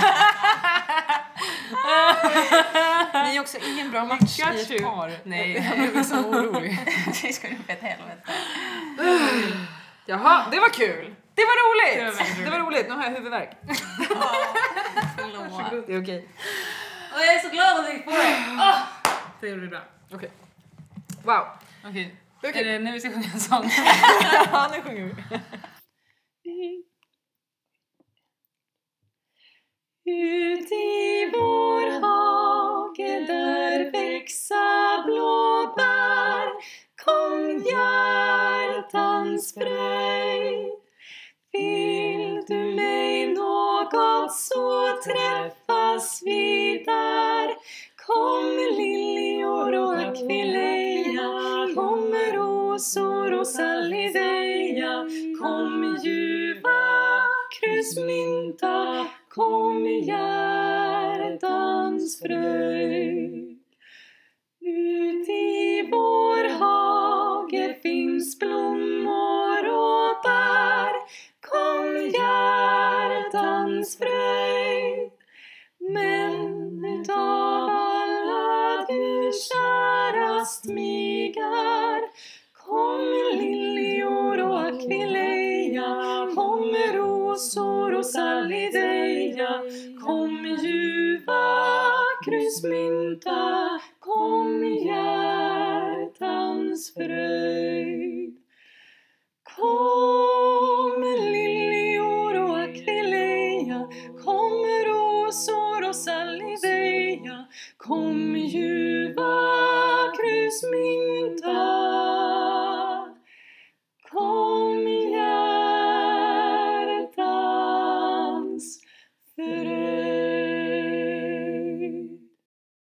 Ni är också ingen bra match i ett par. Nej. Jag blev liksom orolig. Det skulle bli ett helvete. Jaha, det var kul. Det var roligt. Det var väldigt roligt. Det var roligt. Nu har jag huvudvärk. Förlåt. Det är okej. Och jag är så glad att du gick på det. Oh, det gjorde du bra. Okej. Wow. Okej, Okej. är det nu vi ska sjunga en sång? Ja, nu sjunger vi. Ut i vår hage där växa blåbär, kom hjärtans fröjd. Vill du mig något så träffas vi där. Kom liljor och akvileja, kom rosor och salvia, kom ljuva kryssmynta, kom hjärtans fröjd. Ut i vår hage finns blommor och bär, kom hjärtans fröjd. Men utav alla du kärast mig är, kom liljor och akvileja, kom rosor och salvia, kom ljuva kryssmynta, kom hjärtans fröjd. Kom liljor och akvileja, kom rosor och salvia, kom ljuva